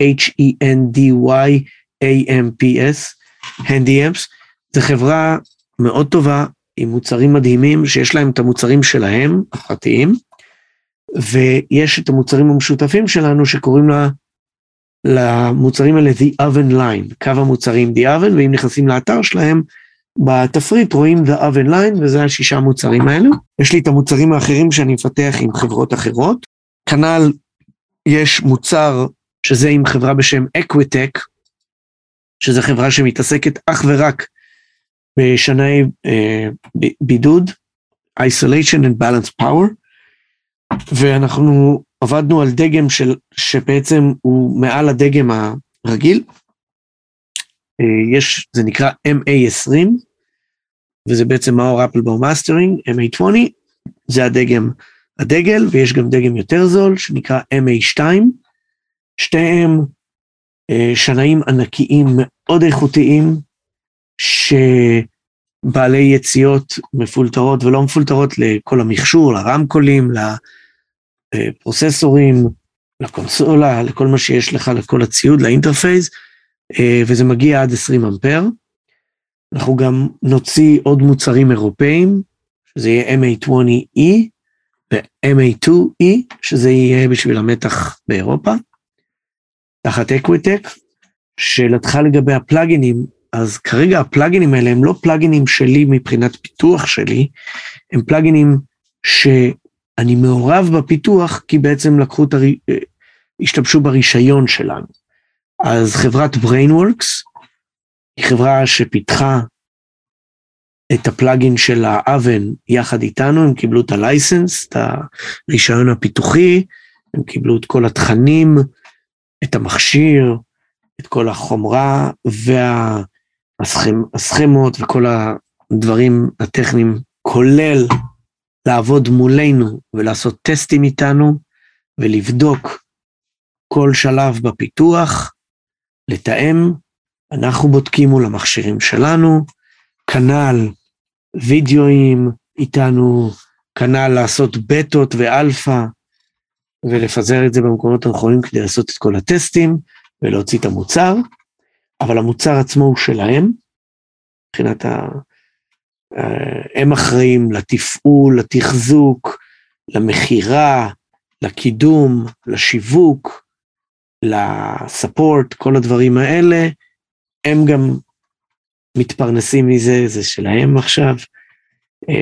H-E-N-D-Y-A-M-P-S, Handy Amps, זה חברה מאוד טובה, עם מוצרים מדהימים, שיש להם את המוצרים שלהם, הפרטיים, ויש את המוצרים המשותפים שלנו, שקוראים לה, למוצרים האלה The Oven Line, קו המוצרים The Oven, ואם נכנסים לאתר שלהם, בתפריט רואים The Oven Line, וזה השישה המוצרים האלו. יש לי את המוצרים האחרים שאני מפתח עם חברות אחרות. כנ"ל יש מוצר שזה עם חברה בשם Equitech, שזה חברה שמתעסקת אך ורק בשנאי אה, בידוד, Isolation and Balance Power, ואנחנו עבדנו על דגם של, שבעצם הוא מעל הדגם הרגיל, יש, זה נקרא אם איי עשרים, וזה בעצם מאור אפלבאום מאסטרינג, אם איי עשרים, זה הדגם, הדגל, ויש גם דגם יותר זול, שנקרא אם איי שתיים, שתיהם שנאים ענקיים מאוד איכותיים, שבעלי יציאות מפולטרות ולא מפולטרות לכל המכשור, לרמקולים, לפרוססורים, לקונסולה, לכל מה שיש לך, לכל הציוד, לאינטרפייס, וזה מגיע עד עשרים אמפר. אנחנו גם נוציא עוד מוצרים אירופאים, שזה יהיה אם איי עשרים אי ו-אם איי שתיים אי, שזה יהיה בשביל המתח באירופה, תחת אקוויטק. שאלתך לגבי הפלאגינים, אז כרגע הפלאגינים האלה הם לא פלאגינים שלי מבחינת פיתוח שלי, הם פלאגינים שאני מעורב בפיתוח, כי בעצם לקחו את הר... השתמשו ברישיון שלנו. אז חברת BrainWorks, היא חברה שפיתחה את הפלאגין של האבן יחד איתנו, הם קיבלו את הלייסנס, את הרישיון הפיתוחי, הם קיבלו את כל התכנים, את המכשיר, את כל החומרה, והסכמות וכל הדברים הטכניים, כולל לעבוד מולנו ולעשות טסטים איתנו, ולבדוק כל שלב בפיתוח, לתאם, אנחנו בודקים מול המכשירים שלנו, כנ"ל וידאוים איתנו, כנ"ל לעשות בטות ואלפא, ולפזר את זה במקומות הנכונים כדי לעשות את כל הטסטים, ולהוציא את המוצר, אבל המוצר עצמו הוא שלהם, מבחינת ה... הם אחראים לתפעול, לתחזוק, למחירה, לקידום, לשיווק, לספורט, כל הדברים האלה, הם גם מתפרנסים מזה, זה שלהם עכשיו,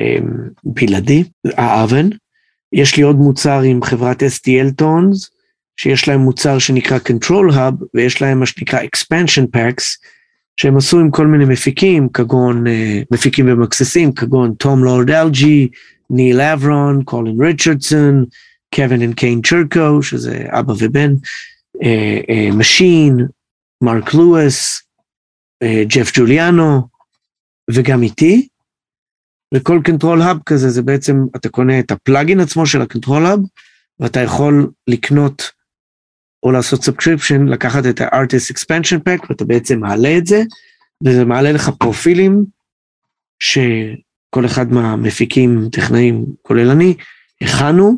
בלעדי, האבן. יש לי עוד מוצר עם חברת אס טי אל Tones, שיש להם מוצר שנקרא Control Hub, ויש להם מה שנקרא Expansion Packs, שהם עשו עם כל מיני מפיקים, כגון uh, מפיקים ומקססים, כגון תום לורד אלג'י, ניל אברון, קולין ריצ'רדסון, קווין וקיין צ'רקו, שזה אבא ובן, משין, מרק לואיס, ג'ף ג'וליאנו, וגם איתי, וכל Control Hub כזה, זה בעצם, אתה קונה את הפלאגין עצמו של ה-Control Hub, ואתה יכול לקנות, או לעשות subscription, לקחת את ה-Artist Expansion Pack, ואתה בעצם מעלה את זה, וזה מעלה לך פרופילים, שכל אחד מהמפיקים, טכנאים, כולל אני, הכנו,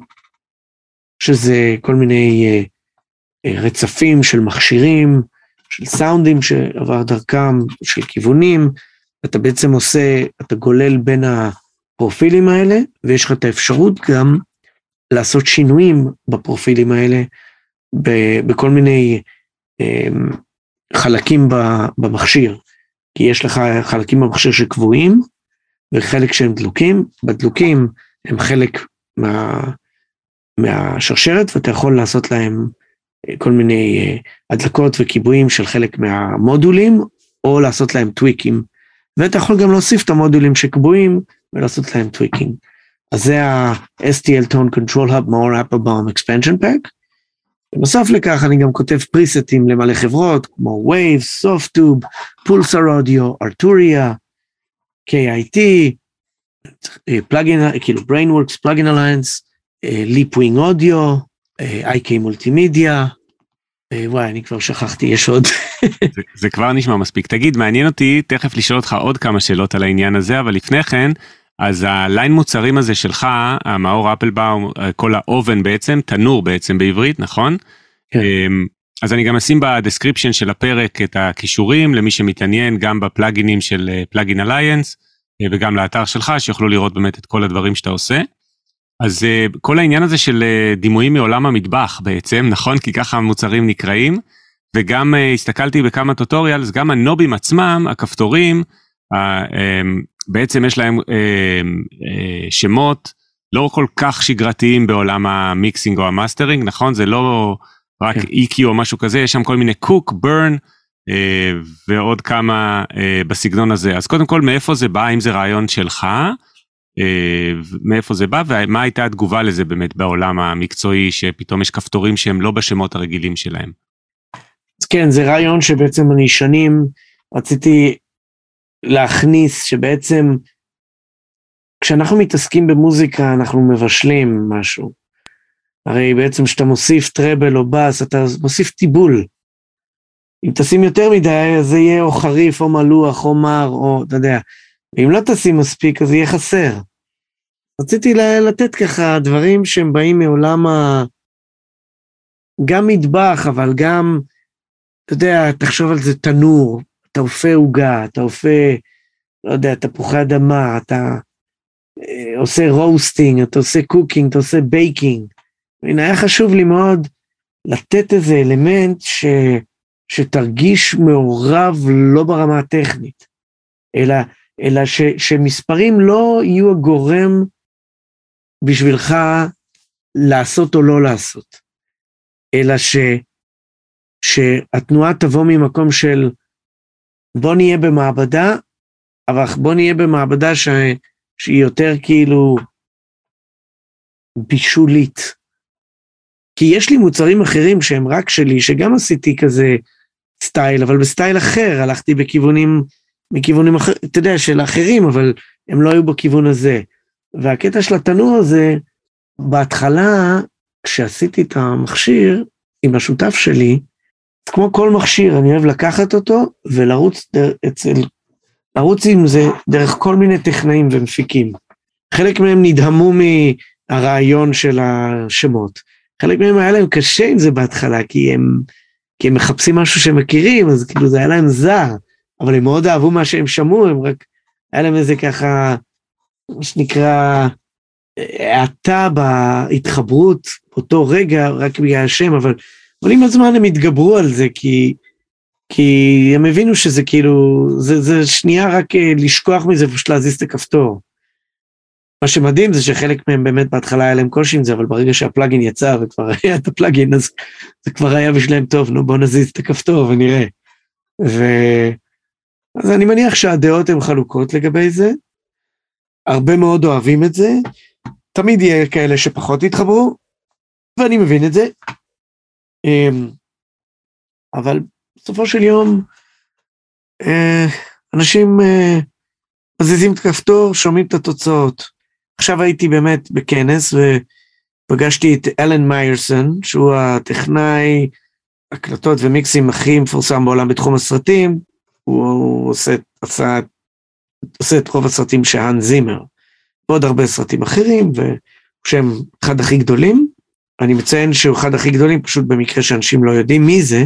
שזה כל מיני uh, רצפים של מכשירים, של סאונדים שעבר דרכם, של כיוונים, אתה בעצם עושה, אתה גולל בין הפרופילים האלה, ויש לך את האפשרות גם לעשות שינויים בפרופילים האלה, בכל מיני um, חלקים במכשיר, כי יש לך חלקים במכשיר שקבועים, וחלק שהם דלוקים, בדלוקים הם חלק מה, מהשרשרת, ואתה יכול לעשות להם כל מיני הדלקות וכיבויים של חלק מהמודולים, או לעשות להם טוויקים, ואתה יכול גם להוסיף את המודולים שקבועים, ולעשות להם טוויקים. אז זה ה-אס טי אל Tone Control Hub More Applebaum Expansion Pack, בנוסף לכך אני גם כותב פריסטים למלא חברות, כמו Waves, Softube, Pulsar Audio, Arturia, קיי איי טי, פלאגין, כאילו Brainworks, Plugin Alliance, Leapwing Audio, איי קיי Multimedia, וואי, אני כבר שכחתי, יש עוד. זה, זה כבר נשמע מספיק. תגיד, מעניין אותי, תכף לשאול אותך עוד כמה שאלות על העניין הזה, אבל לפני כן, אז הליין מוצרים הזה שלך, המאור אפלבאום, כל האובן בעצם, תנור בעצם בעברית, נכון? כן. אז אני גם אשים בדסקריפשן של הפרק את הכישורים, למי שמתעניין גם בפלאגינים של פלאגין אליינס, וגם לאתר שלך, שיוכלו לראות באמת את כל הדברים שאתה עושה. אז כל העניין הזה של דימויים מעולם המטבח בעצם, נכון? כי ככה המוצרים נקראים, וגם הסתכלתי בכמה טוטוריאלס, גם הנובים עצמם, הכפתורים, בעצם יש להם שמות לא כל כך שגרתיים בעולם המיקסינג או המאסטרינג, נכון? זה לא רק אי קיו או משהו כזה, יש שם כל מיני קוק, ברן, ועוד כמה בסגנון הזה. אז קודם כל, מאיפה זה בא? האם זה רעיון שלך? מאיפה זה בא? ומה הייתה התגובה לזה באמת בעולם המקצועי, שפתאום יש כפתורים שהם לא בשמות הרגילים שלהם? אז כן, זה רעיון שבעצם אני שנים רציתי להכניס, שבעצם כשאנחנו מתעסקים במוזיקה, אנחנו מבשלים משהו. הרי בעצם כשאתה מוסיף טראבל או בס, אתה מוסיף טיבול. אם תשים יותר מדי, אז זה יהיה או חריף, או מלוח, או מר, או, אתה יודע. ואם לא תשים מספיק, אז יהיה חסר. רציתי לתת ככה דברים שהם באים מעולם ה... גם מטבח, אבל גם, אתה יודע, תחשוב על זה תנור, אתה אופה עוגה, אתה אופה, לא יודע, תפוחי אדמה, אתה אה, עושה רוסטינג, אתה עושה קוקינג, אתה עושה בייקינג. והנה, היה חשוב לי מאוד לתת איזה אלמנט ש... שתרגיש מעורב לא ברמה הטכנית, אלא, אלא ש... שמספרים לא יהיו הגורם בשבילך לעשות או לא לעשות, אלא ש... שהתנועה תבוא ממקום של בוא נהיה במעבדה, אבל בוא נהיה במעבדה ש... שהיא יותר כאילו בישולית. כי יש לי מוצרים אחרים שהם רק שלי, שגם עשיתי כזה סטייל, אבל בסטייל אחר, הלכתי בכיוונים, מכיוונים אחר, אתה יודע, של אחרים, אבל הם לא היו בכיוון הזה. והקטע של התנור הזה, בהתחלה, כשעשיתי את המכשיר עם השותף שלי, כמו כל מכשיר, אני אוהב לקחת אותו, ולרוץ דר, אצל, לרוץ עם זה דרך כל מיני טכנאים ומפיקים. חלק מהם נדהמו מהרעיון של השמות. חלק מהם היה להם קשה עם זה בהתחלה, כי הם, כי הם מחפשים משהו שהם מכירים, אז כאילו זה היה להם זר, אבל הם מאוד אהבו מה שהם שמעו, הם רק, היה להם איזה ככה, מה שנקרא, העתה בהתחברות, אותו רגע, רק בגלל השם, אבל, אבל עם הזמן הם התגברו על זה, כי, כי הם הבינו שזה כאילו, זה, זה שנייה רק לשכוח מזה, פשוט להזיז את הכפתור. מה שמדהים זה שחלק מהם באמת בהתחלה היה להם קושי עם זה, אבל ברגע שהפלאגין יצא וכבר היה את הפלאגין, אז זה כבר היה בשלהם טוב, נו בוא נזיז את הכפתור ונראה. ו... אז אני מניח שהדעות הן חלוקות לגבי זה, הרבה מאוד אוהבים את זה, תמיד יהיה כאלה שפחות יתחברו, ואני מבין את זה, אבל בסופו של יום, אנשים מזיזים את הכפתור, שומעים את התוצאות. עכשיו הייתי באמת בכנס, ופגשתי את אלן מיירסון, שהוא הטכנאי, הקלטות ומיקסים הכי מפורסם בעולם בתחום הסרטים, הוא עושה, עושה, עושה את רוב הסרטים של האנס זימר, ועוד הרבה סרטים אחרים, ושהם אחד הכי גדולים. אני מציין שהוא אחד הכי גדולים, פשוט במקרה שאנשים לא יודעים מי זה,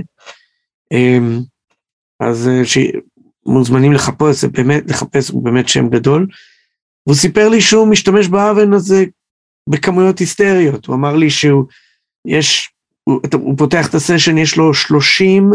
אז שמוזמנים לחפש, זה באמת, לחפש הוא באמת שם גדול, והוא סיפר לי שהוא משתמש באבן הזה בכמויות היסטריות, הוא אמר לי שהוא, יש, הוא, הוא פותח את הסשן, יש לו שלושים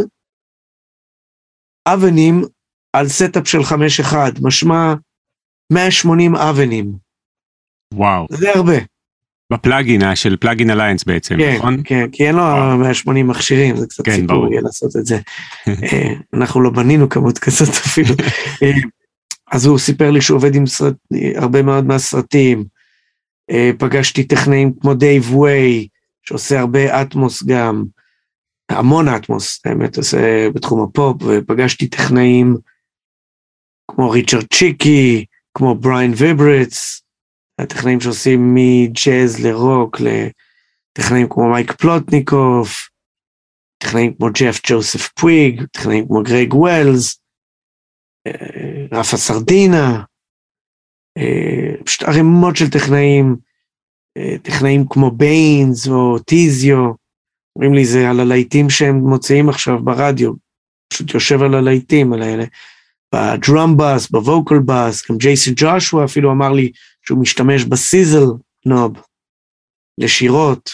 אבנים על סטאפ של חמש אחד, משמע מאה ושמונים אבנים. וואו. זה הרבה. בפלאגין, של פלאגין אליינס בעצם, כן, נכון? כן, כי אין לו מאה ושמונים מכשירים, זה קצת כן, סיפור ברור. יהיה לעשות את זה. אנחנו לא בנינו כמות כזאת אפילו. אז הוא סיפר לי שהוא עובד עם סרט, הרבה מאוד מהסרטים, פגשתי טכנאים כמו דייב ווי, שעושה הרבה אטמוס גם, המון אטמוס, האמת, עושה בתחום הפופ, ופגשתי טכנאים כמו ריצ'רד צ'יקי, כמו בריין ויברץ, הטכנאים שעושים מג'אז לרוק, לטכנאים כמו מייק פלוטניקוף, טכנאים כמו ג'ף ג'וסף פוויג, טכנאים כמו גרג ווילס, רפה סרדינה, פשוט ערימות של טכנאים, טכנאים כמו ביינס או טיזיו, אומרים לי זה על הלהיטים שהם מוציאים עכשיו ברדיו, פשוט יושב על הלהיטים על האלה, בדרום בס, בווקל בס, גם ג'ייסון ג'ושוע אפילו אמר לי שהוא משתמש בסיזל נוב לשירות,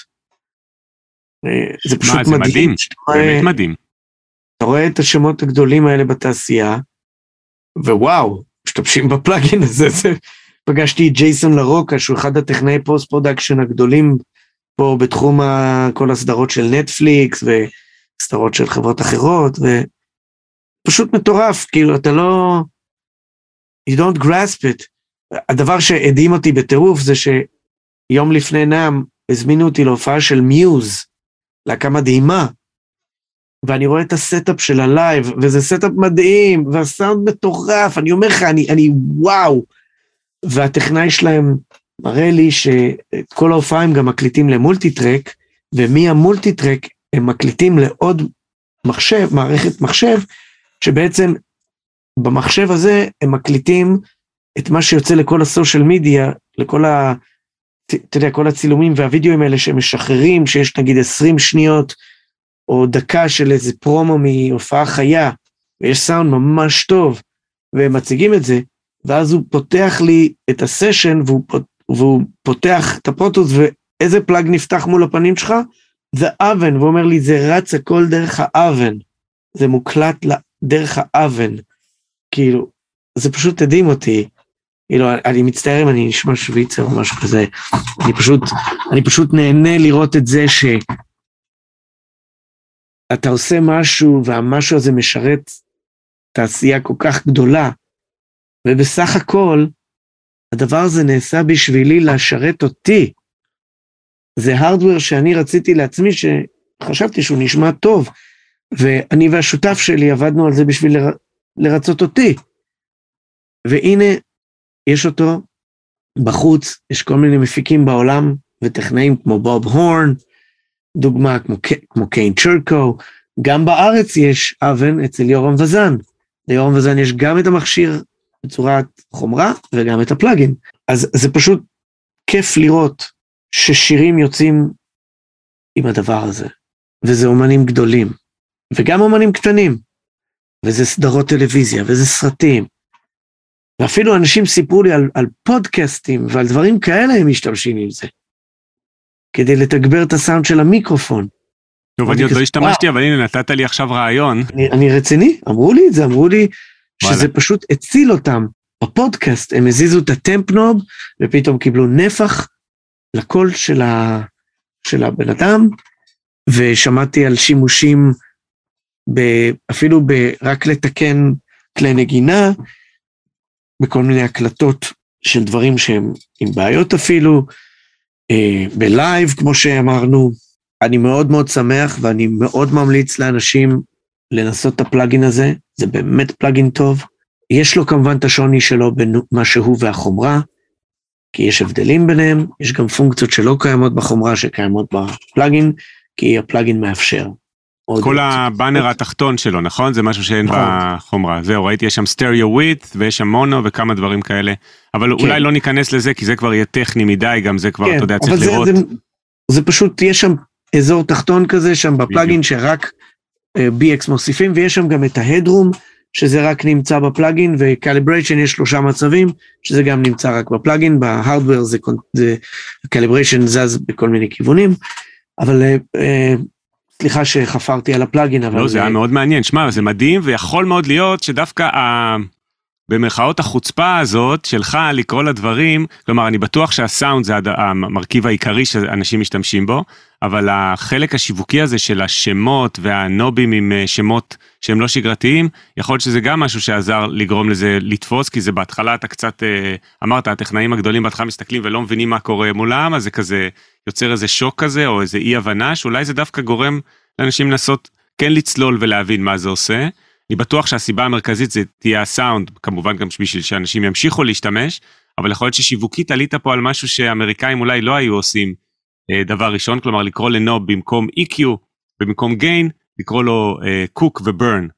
זה פשוט מה, זה מדהים. מדהים, באמת מדהים. אתה רואה את השמות הגדולים האלה בתעשייה, ווואו, משתמשים בפלאגין הזה, זה, פגשתי את ג'ייסון לרוקה, שהוא אחד הטכנאי פוסט פרודקשן הגדולים, פה בתחום כל הסדרות של נטפליקס, וסדרות של חברות אחרות, ופשוט מטורף, כאילו אתה לא, you don't grasp it. הדבר שהדהים אותי בטירוף, זה שיום לפני נאם, הזמינו אותי להופעה של מיוז, להקה מדהימה, ואני רואה את הסטאפ של הלייב, וזה סטאפ מדהים, והסאונד מטורף, אני אומר לך, אני, אני וואו, והטכנאי שלהם מראה לי שאת כל ההופעה הם גם מקליטים למולטיטרק, ומהמולטיטרק הם מקליטים לעוד מחשב, מערכת מחשב, שבעצם במחשב הזה הם מקליטים את מה שיוצא לכל הסושיאל מדיה, לכל ה... אתה יודע, כל הצילומים והווידאוים האלה שהם משחררים, שיש נגיד עשרים שניות, או דקה של איזה פרומו מהופעה חיה, ויש סאונד ממש טוב, והם מציגים את זה, ואז הוא פותח לי את הסשן, והוא, והוא פותח את הפרוטוס, ואיזה פלאג נפתח מול הפנים שלך? זה אבן, והוא אומר לי, זה רץ הכל דרך האבן, זה מוקלט דרך האבן, כאילו, זה פשוט תדהים אותי, כאילו, אני מצטער אם אני נשמע שוויצר או משהו כזה, אני פשוט, אני פשוט נהנה לראות את זה ש... אתה עושה משהו, והמשהו הזה משרת תעשייה כל כך גדולה, ובסך הכל, הדבר הזה נעשה בשבילי לשרת אותי. זה הרדוור שאני רציתי לעצמי, שחשבתי שהוא נשמע טוב, ואני והשותף שלי עבדנו על זה בשביל לר... לרצות אותי. והנה, יש אותו בחוץ, יש כל מיני מפיקים בעולם, וטכנאים כמו בוב הורן, דוגמה כמו, כמו קיין צ'רקו, גם בארץ יש אבן אצל יורם וזן, ליורם וזן יש גם את המכשיר בצורת חומרה, וגם את הפלאגין, אז זה פשוט כיף לראות, ששירים יוצאים עם הדבר הזה, וזה אומנים גדולים, וגם אומנים קטנים, וזה סדרות טלוויזיה, וזה סרטים, ואפילו אנשים סיפרו לי על, על פודקאסטים, ועל דברים כאלה הם משתמשים עם זה, כדי לתגבר את הסאונד של המיקרופון. טוב, אני עוד לא השתמשתי, אבל הנה, נתת לי עכשיו רעיון. אני, אני רציני, אמרו לי את זה, אמרו לי שזה פשוט הציל אותם. בפודקאסט הם הזיזו את הטמפ נוב, ופתאום קיבלו נפח לקול של, ה, של הבן אדם, ושמעתי על שימושים, ב, אפילו ב, רק לתקן כלי נגינה, בכל מיני הקלטות של דברים שהם עם בעיות אפילו, אה, בלייב, כמו שאמרנו. אני מאוד מאוד שמח, ואני מאוד ממליץ לאנשים לנסות את הפלאגין הזה, זה באמת פלאגין טוב. יש לו כמובן את השוני שלו בין מה שהוא והחומרה, כי יש הבדלים ביניהם, יש גם פונקציות שלא קיימות בחומרה, שקיימות בפלאגין, כי הפלאגין מאפשר. כל הבאנר התחתון שלו, נכון? זה משהו שאין בחומרה. זהו, ראיתי, יש שם סטריאו וויט, ויש שם מונו וכמה דברים כאלה, אבל אולי לא ניכנס לזה, כי זה כבר יהיה טכני מדי, גם זה כבר, אתה יודע, צריך לראות. זה פשוט, יש שם אזור תחתון כזה, שם בפלאגין שרק בי אקס מוסיפים, ויש שם גם את ההדרום, שזה רק נמצא בפלאגין, וקליבריישן יש שלושה מצבים, שזה גם נמצא רק בפלאגין, בהארדוור זה, זה, הקליבריישן זז בכל מיני כיוונים, אבל אה, סליחה שחפרתי על הפלאגין, אבל... לא, זה היה מאוד מעניין, שמע, זה מדהים, ויכול מאוד להיות שדווקא ה... במרכאות החוצפה הזאת שלך לקרוא לדברים, כלומר, אני בטוח שהסאונד זה המרכיב העיקרי שאנשים משתמשים בו, אבל החלק השיווקי הזה של השמות והנובים עם שמות שהם לא שגרתיים, יכול להיות שזה גם משהו שעזר לגרום לזה לתפוס, כי זה בהתחלה אתה קצת, אמרת, הטכנאים הגדולים בהתחלה מסתכלים ולא מבינים מה קורה מולם, אז זה כזה יוצר איזה שוק כזה, או איזה אי הבנה, שאולי זה דווקא גורם לאנשים לנסות כן לצלול ולהבין מה זה עושה. אני בטוח שהסיבה המרכזית זה תהיה הסאונד, כמובן גם בשביל שאנשים ימשיכו להשתמש, אבל יכול להיות ששיווקית עלית פה על משהו שאמריקאים אולי לא היו עושים דבר ראשון, כלומר לקרוא לנוב במקום אי קיו, במקום גיין, לקרוא לו קוק וברן.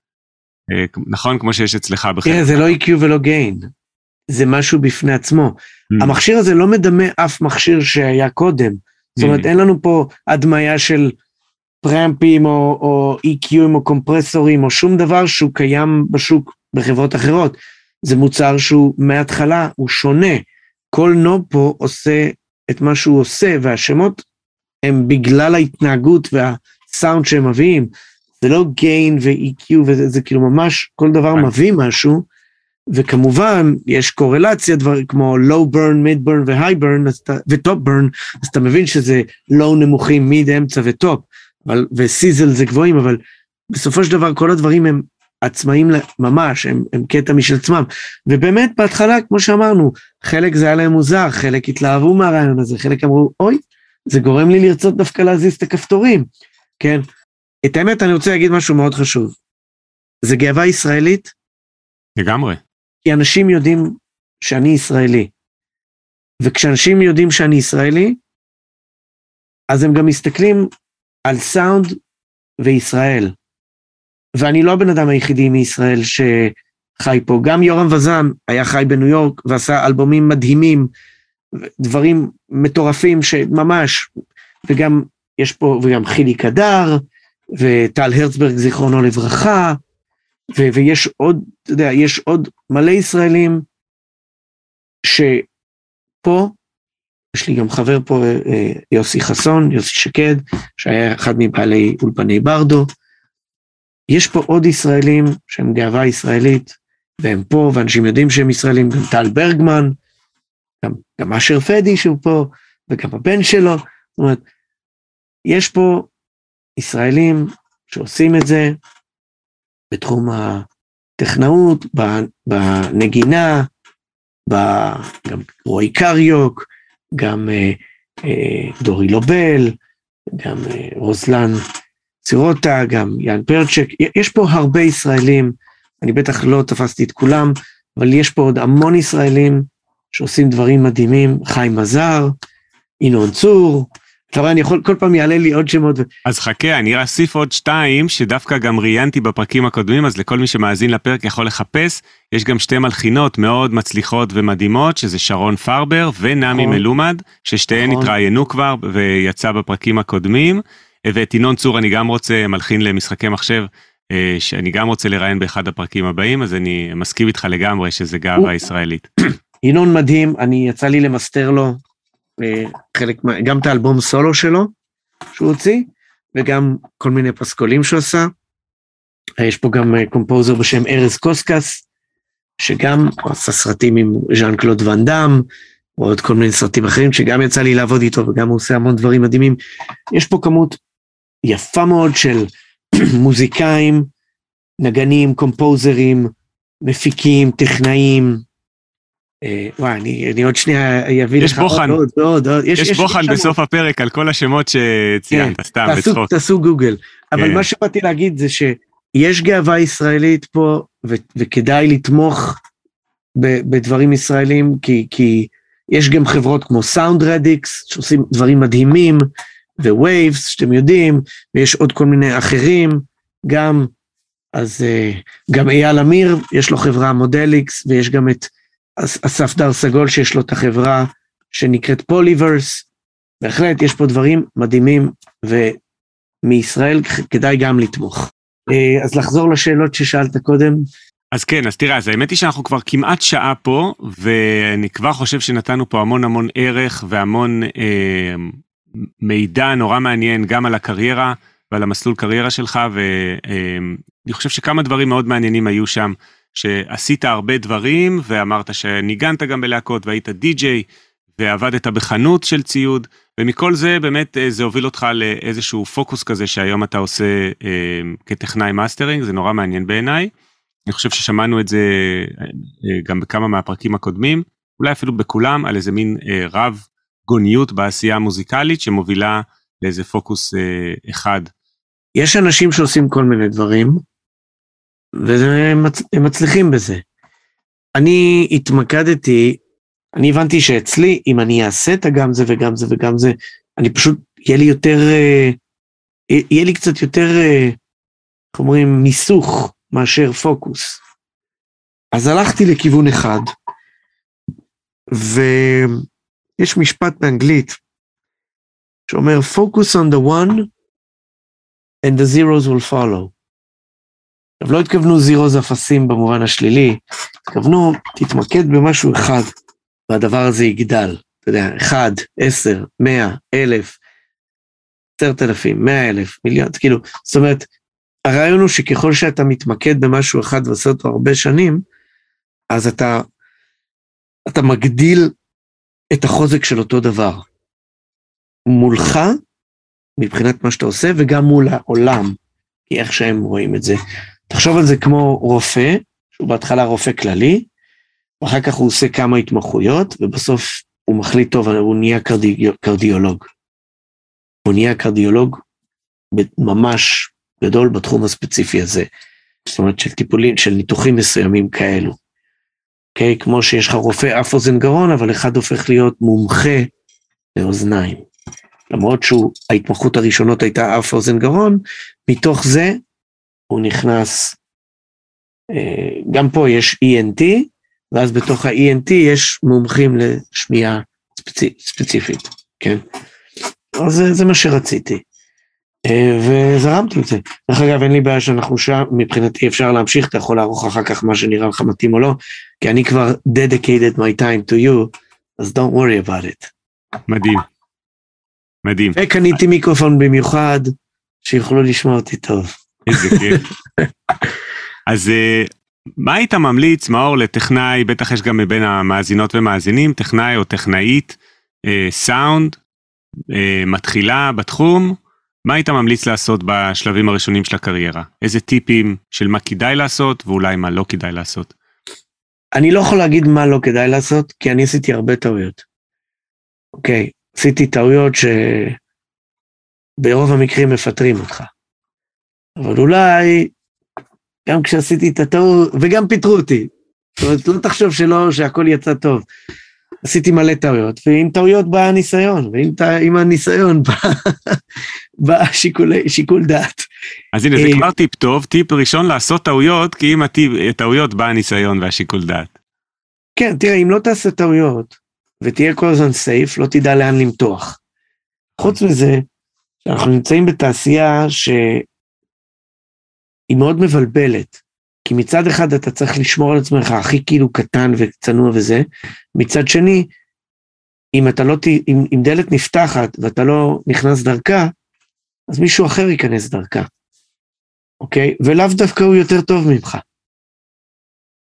נכון? כמו שיש אצלך בחלק. כן, זה לא אי קיו ולא גיין. זה משהו בפני עצמו. המכשיר הזה לא מדמה אף מכשיר שהיה קודם. זאת אומרת, אין לנו פה הדמיה של פרמפים או, או אי קיו או קומפרסורים או שום דבר שהוא קיים בשוק בחברות אחרות. זה מוצר שהוא מההתחלה, הוא שונה. כל נוב פה עושה את מה שהוא עושה, והשמות הם בגלל ההתנהגות והסאונד שהם מביאים. זה לא גיין ו-אי קיו, וזה זה כאילו ממש כל דבר מביא משהו, וכמובן יש קורלציה, דבר כמו low burn, mid burn ו-high burn, ו-top burn, אז אתה מבין שזה low נמוכים, mid, אמצע ו-top, וסיזל זה גבוהים, אבל בסופו של דבר כל הדברים הם עצמאים ממש, הם, הם קטע משל עצמם, ובאמת בהתחלה, כמו שאמרנו, חלק זה היה להם מוזר, חלק התלהבו מהרעיון הזה, חלק אמרו, אוי, זה גורם לי לרצות דווקא להזיז את הכפתורים, כן? את האמת אני רוצה להגיד משהו מאוד חשוב, זה גאווה ישראלית, לגמרי. כי אנשים יודעים שאני ישראלי, וכשאנשים יודעים שאני ישראלי, אז הם גם מסתכלים על סאונד וישראל, ואני לא הבן אדם היחידי מישראל שחי פה, גם יורם וזן היה חי בניו יורק, ועשה אלבומים מדהימים, דברים מטורפים שממש, וגם יש פה, וגם חילי קדר, וטל הרצברג זיכרונו לברכה, ו- ויש עוד, אתה יודע, יש עוד מלא ישראלים, שפה, יש לי גם חבר פה, יוסי חסון, יוסי שקד, שהיה אחד מבעלי אולפני ברדו, יש פה עוד ישראלים שהם גאווה ישראלית, והם פה, ואנשים יודעים שהם ישראלים, גם טל ברגמן, גם, גם אשר פדי שהוא פה, וגם הבן שלו, זאת אומרת, יש פה ישראלים שעושים את זה, בתחום הטכנאות, בנגינה, גם רועי קריוק, גם דורי לובל, גם רוזלן צירוטה, גם יאן פרצ'ק, יש פה הרבה ישראלים, אני בטח לא תפסתי את כולם, אבל יש פה עוד המון ישראלים שעושים דברים מדהימים, חיים מזר, ינון צור, אתה רואה, אני יכול, כל פעם יעלה לי עוד שמות. אז חכה, אני אוסיף עוד שתיים, שדווקא גם ראיינתי בפרקים הקודמים, אז לכל מי שמאזין לפרק יכול לחפש, יש גם שתי מלחינות מאוד מצליחות ומדהימות, שזה שרון פרבר ונמי מלומד, ששתיהן התראיינו כבר ויצא בפרקים הקודמים, ואת ינון צור אני גם רוצה, מלחין למשחקי מחשב, שאני גם רוצה לראיין באחד הפרקים הבאים, אז אני מסכים איתך לגמרי שזה גאווה ישראלית. ינון מדהים, אני יצא לי למסתר לו, חלק, גם את האלבום סולו שלו, שהוא הוציא, וגם כל מיני פסקולים שהוא עשה, יש פה גם קומפוזר בשם ארז קוסקס, שגם עשה סרטים עם ז'אן קלוד ואן דאם, או עוד כל מיני סרטים אחרים, שגם יצא לי לעבוד איתו, וגם הוא עושה המון דברים מדהימים. יש פה כמות יפה מאוד של מוזיקאים, נגנים, קומפוזרים, מפיקים, טכנאים, אה, וואי, אני, אני עוד שנייה אביא לך בוחן. עוד, עוד, עוד. יש, יש, יש בוחן יש בסוף הפרק על כל השמות שציינת, כן, סתם, תעשו, בצחוק. תעשו גוגל. אבל כן. מה שבאתי להגיד זה שיש גאווה ישראלית פה, ו- וכדאי לתמוך ב- בדברים ישראלים, כי, כי יש גם חברות כמו סאונד רדיקס, שעושים דברים מדהימים, ווייבס, שאתם יודעים, ויש עוד כל מיני אחרים, גם, אז גם אייל אמיר, יש לו חברה מודליקס, ויש גם את אסף דר סגול, שיש לו את החברה שנקראת פוליברס, בהחלט יש פה דברים מדהימים, ומישראל כדאי גם לתמוך. אז לחזור לשאלות ששאלת קודם. אז כן, אז תראה, אז האמת היא שאנחנו כבר כמעט שעה פה, ואני כבר חושב שנתנו פה המון המון ערך, והמון אה, מידע נורא מעניין, גם על הקריירה, ועל המסלול קריירה שלך, ואני חושב שכמה דברים מאוד מעניינים היו שם, שעשית הרבה דברים, ואמרת שניגנת גם בלהקות, והיית די-ג'יי, ועבדת בחנות של ציוד, ומכל זה באמת זה הוביל אותך לאיזשהו פוקוס כזה, שהיום אתה עושה אה, כטכנאי מאסטרינג, זה נורא מעניין בעיניי, אני חושב ששמענו את זה גם בכמה מהפרקים הקודמים, אולי אפילו בכולם, על איזה מין אה, רב גוניות בעשייה המוזיקלית, שמובילה לאיזה פוקוס אה, אחד. יש אנשים שעושים כל מיני דברים, והם מצליחים בזה. אני התמקדתי, אני הבנתי שאצלי, אם אני אעשה את גם זה וגם זה וגם זה, אני פשוט, יהיה לי יותר, יהיה לי קצת יותר, איך אומרים, מיסוך מאשר פוקוס. אז הלכתי לכיוון אחד, ויש משפט באנגלית, שאומר, focus on the one, and the zeros will follow. עכשיו, לא התכוונו זירו זפסים במובן השלילי, התכוונו, תתמקד במשהו אחד, והדבר הזה יגדל. אתה יודע, אחד, עשר, מאה, אלף, עשרת אלפים, מאה אלף, מיליון, כאילו, זאת אומרת, הרעיון הוא שככל שאתה מתמקד במשהו אחד ועושה אותו הרבה שנים, אז אתה, אתה מגדיל את החוזק של אותו דבר. מולך, מבחינת מה שאתה עושה, וגם מול העולם, כי איך שהם רואים את זה. תחשוב על זה כמו רופא, שהוא בהתחלה רופא כללי, ואחר כך הוא עושה כמה התמחויות, ובסוף הוא מחליט טוב, הוא נהיה קרדי, קרדיולוג. הוא נהיה קרדיולוג ממש גדול בתחום הספציפי הזה. זאת אומרת, של טיפולים, של ניתוחים מסוימים כאלו. Okay? כמו שיש לך רופא אף אוזן גרון, אבל אחד הופך להיות מומחה לאוזניים. למרות שההתמחות הראשונות הייתה אף אוזן גרון, מתוך זה הוא נכנס, גם פה יש אי אן טי, ואז בתוך ה-אי אן טי יש מומחים לשמיעה ספצי, ספציפית, כן? אז זה, זה מה שרציתי, וזרמתי את זה. דרך אגב, אין לי בעיה שאנחנו שם, מבחינתי אפשר להמשיך, אתה יכול לערוך אחר כך מה שנראה לך מתאים או לא, כי אני כבר dedicated my time to you, אז don't worry about it. מדהים. מדהים. וקניתי מיקרופון במיוחד, שיוכלו לשמוע אותי טוב. איזה כיף. אז מה היית ממליץ, מאור, לטכנאי, בטח יש גם מבין המאזינות ומאזינים, טכנאי או טכנאית, סאונד, מתחילה בתחום, מה היית ממליץ לעשות בשלבים הראשונים של הקריירה? איזה טיפים של מה כדאי לעשות, ואולי מה לא כדאי לעשות? אני לא יכול להגיד מה לא כדאי לעשות, כי אני עשיתי הרבה טעויות. אוקיי, עשיתי טעויות שברוב המקרים מפטרים אותך. אבל אולי, גם כשעשיתי את הטעות, וגם פיטרו אותי. זאת אומרת, לא תחשוב שלא, שהכל יצא טוב. עשיתי מלא טעויות, ועם טעויות בא הניסיון, ועם הניסיון בא שיקול דעת. אז הנה, זה כבר טיפ טוב, טיפ ראשון לעשות טעויות, כי עם הטעויות בא הניסיון והשיקול דעת. כן, תראה, אם לא תעשה טעויות, ותהיה כל הזמן סייף, לא תדע לאן למתוח. חוץ מזה, אנחנו נמצאים בתעשייה שהיא מאוד מבלבלת, כי מצד אחד אתה צריך לשמור על עצמך הכי כאילו קטן וצנוע וזה, מצד שני, אם אתה לא, אם, אם דלת נפתחת ואתה לא נכנס דרכה, אז מישהו אחר ייכנס דרכה, אוקיי? ולאו דווקא הוא יותר טוב ממך.